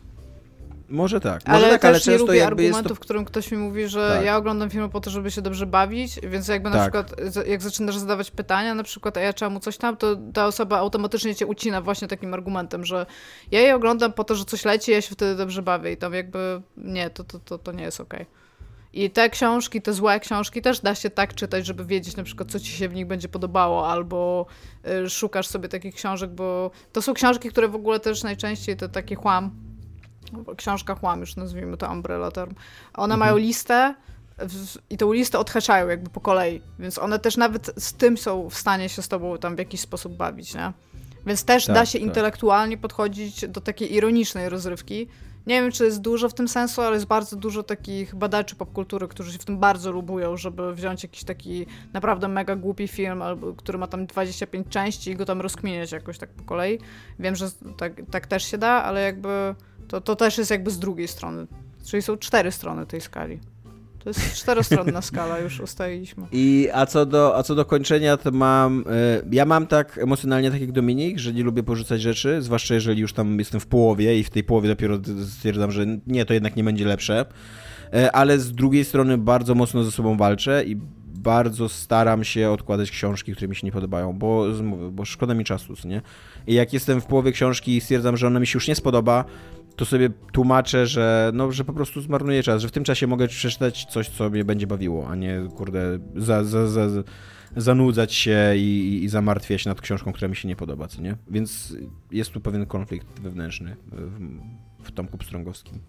Może tak. Może ale tak, też ale nie często lubię jakby argumentu, jest to... w którym ktoś mi mówi, że tak. ja oglądam filmy po to, żeby się dobrze bawić, więc jakby na tak. przykład jak zaczynasz zadawać pytania, na przykład a ja czemu coś tam, to ta osoba automatycznie cię ucina właśnie takim argumentem, że ja je oglądam po to, że coś leci, ja się wtedy dobrze bawię i tam jakby nie, to, to, to, to nie jest okej. I te książki, te złe książki też da się tak czytać, żeby wiedzieć na przykład, co ci się w nich będzie podobało, albo y, szukasz sobie takich książek, bo to są książki, które w ogóle też najczęściej to taki chłam, książka chłam, już nazwijmy to umbrella term. One mhm. mają listę w, i tą listę odhaczają jakby po kolei, więc one też nawet z tym są w stanie się z tobą tam w jakiś sposób bawić, nie? Więc też tak, da się tak. intelektualnie podchodzić do takiej ironicznej rozrywki. Nie wiem, czy jest dużo w tym sensu, ale jest bardzo dużo takich badaczy popkultury, którzy się w tym bardzo lubują, żeby wziąć jakiś taki naprawdę mega głupi film, albo, który ma tam dwadzieścia pięć części i go tam rozkminiać jakoś tak po kolei. Wiem, że tak, tak też się da, ale jakby to, to też jest jakby z drugiej strony. Czyli są cztery strony tej skali. To jest czterostronna skala, już ustaliliśmy. I a co do, a co do kończenia, to mam... Y, ja mam tak emocjonalnie tak jak Dominik, że nie lubię porzucać rzeczy, zwłaszcza jeżeli już tam jestem w połowie i w tej połowie dopiero stwierdzam, że nie, to jednak nie będzie lepsze. Y, ale z drugiej strony bardzo mocno ze sobą walczę i bardzo staram się odkładać książki, które mi się nie podobają, bo, bo szkoda mi czasu, nie? I jak jestem w połowie książki i stwierdzam, że ona mi się już nie spodoba, to sobie tłumaczę, że, no, że po prostu zmarnuję czas, że w tym czasie mogę przeczytać coś, co mnie będzie bawiło, a nie, kurde, za, za, za, zanudzać się i, i zamartwiać nad książką, która mi się nie podoba, co nie? Więc jest tu pewien konflikt wewnętrzny w, w Tomku Pstrągowskim.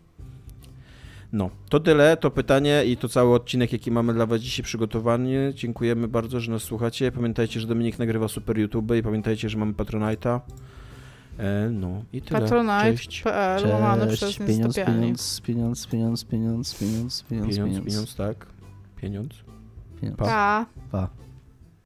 No, to tyle, to pytanie i to cały odcinek, jaki mamy dla was dzisiaj przygotowany. Dziękujemy bardzo, że nas słuchacie. Pamiętajcie, że Dominik nagrywa super YouTube i pamiętajcie, że mamy Patronite'a. No i tyle. Patronite kropka p l łamane przez pieniądz, pieniądz, pieniądz, pieniądz, pieniądz, pieniądz, pieniądz, pieniądz, pieniądz, tak. Pieniądz. Pieniądz. Pa. Pa.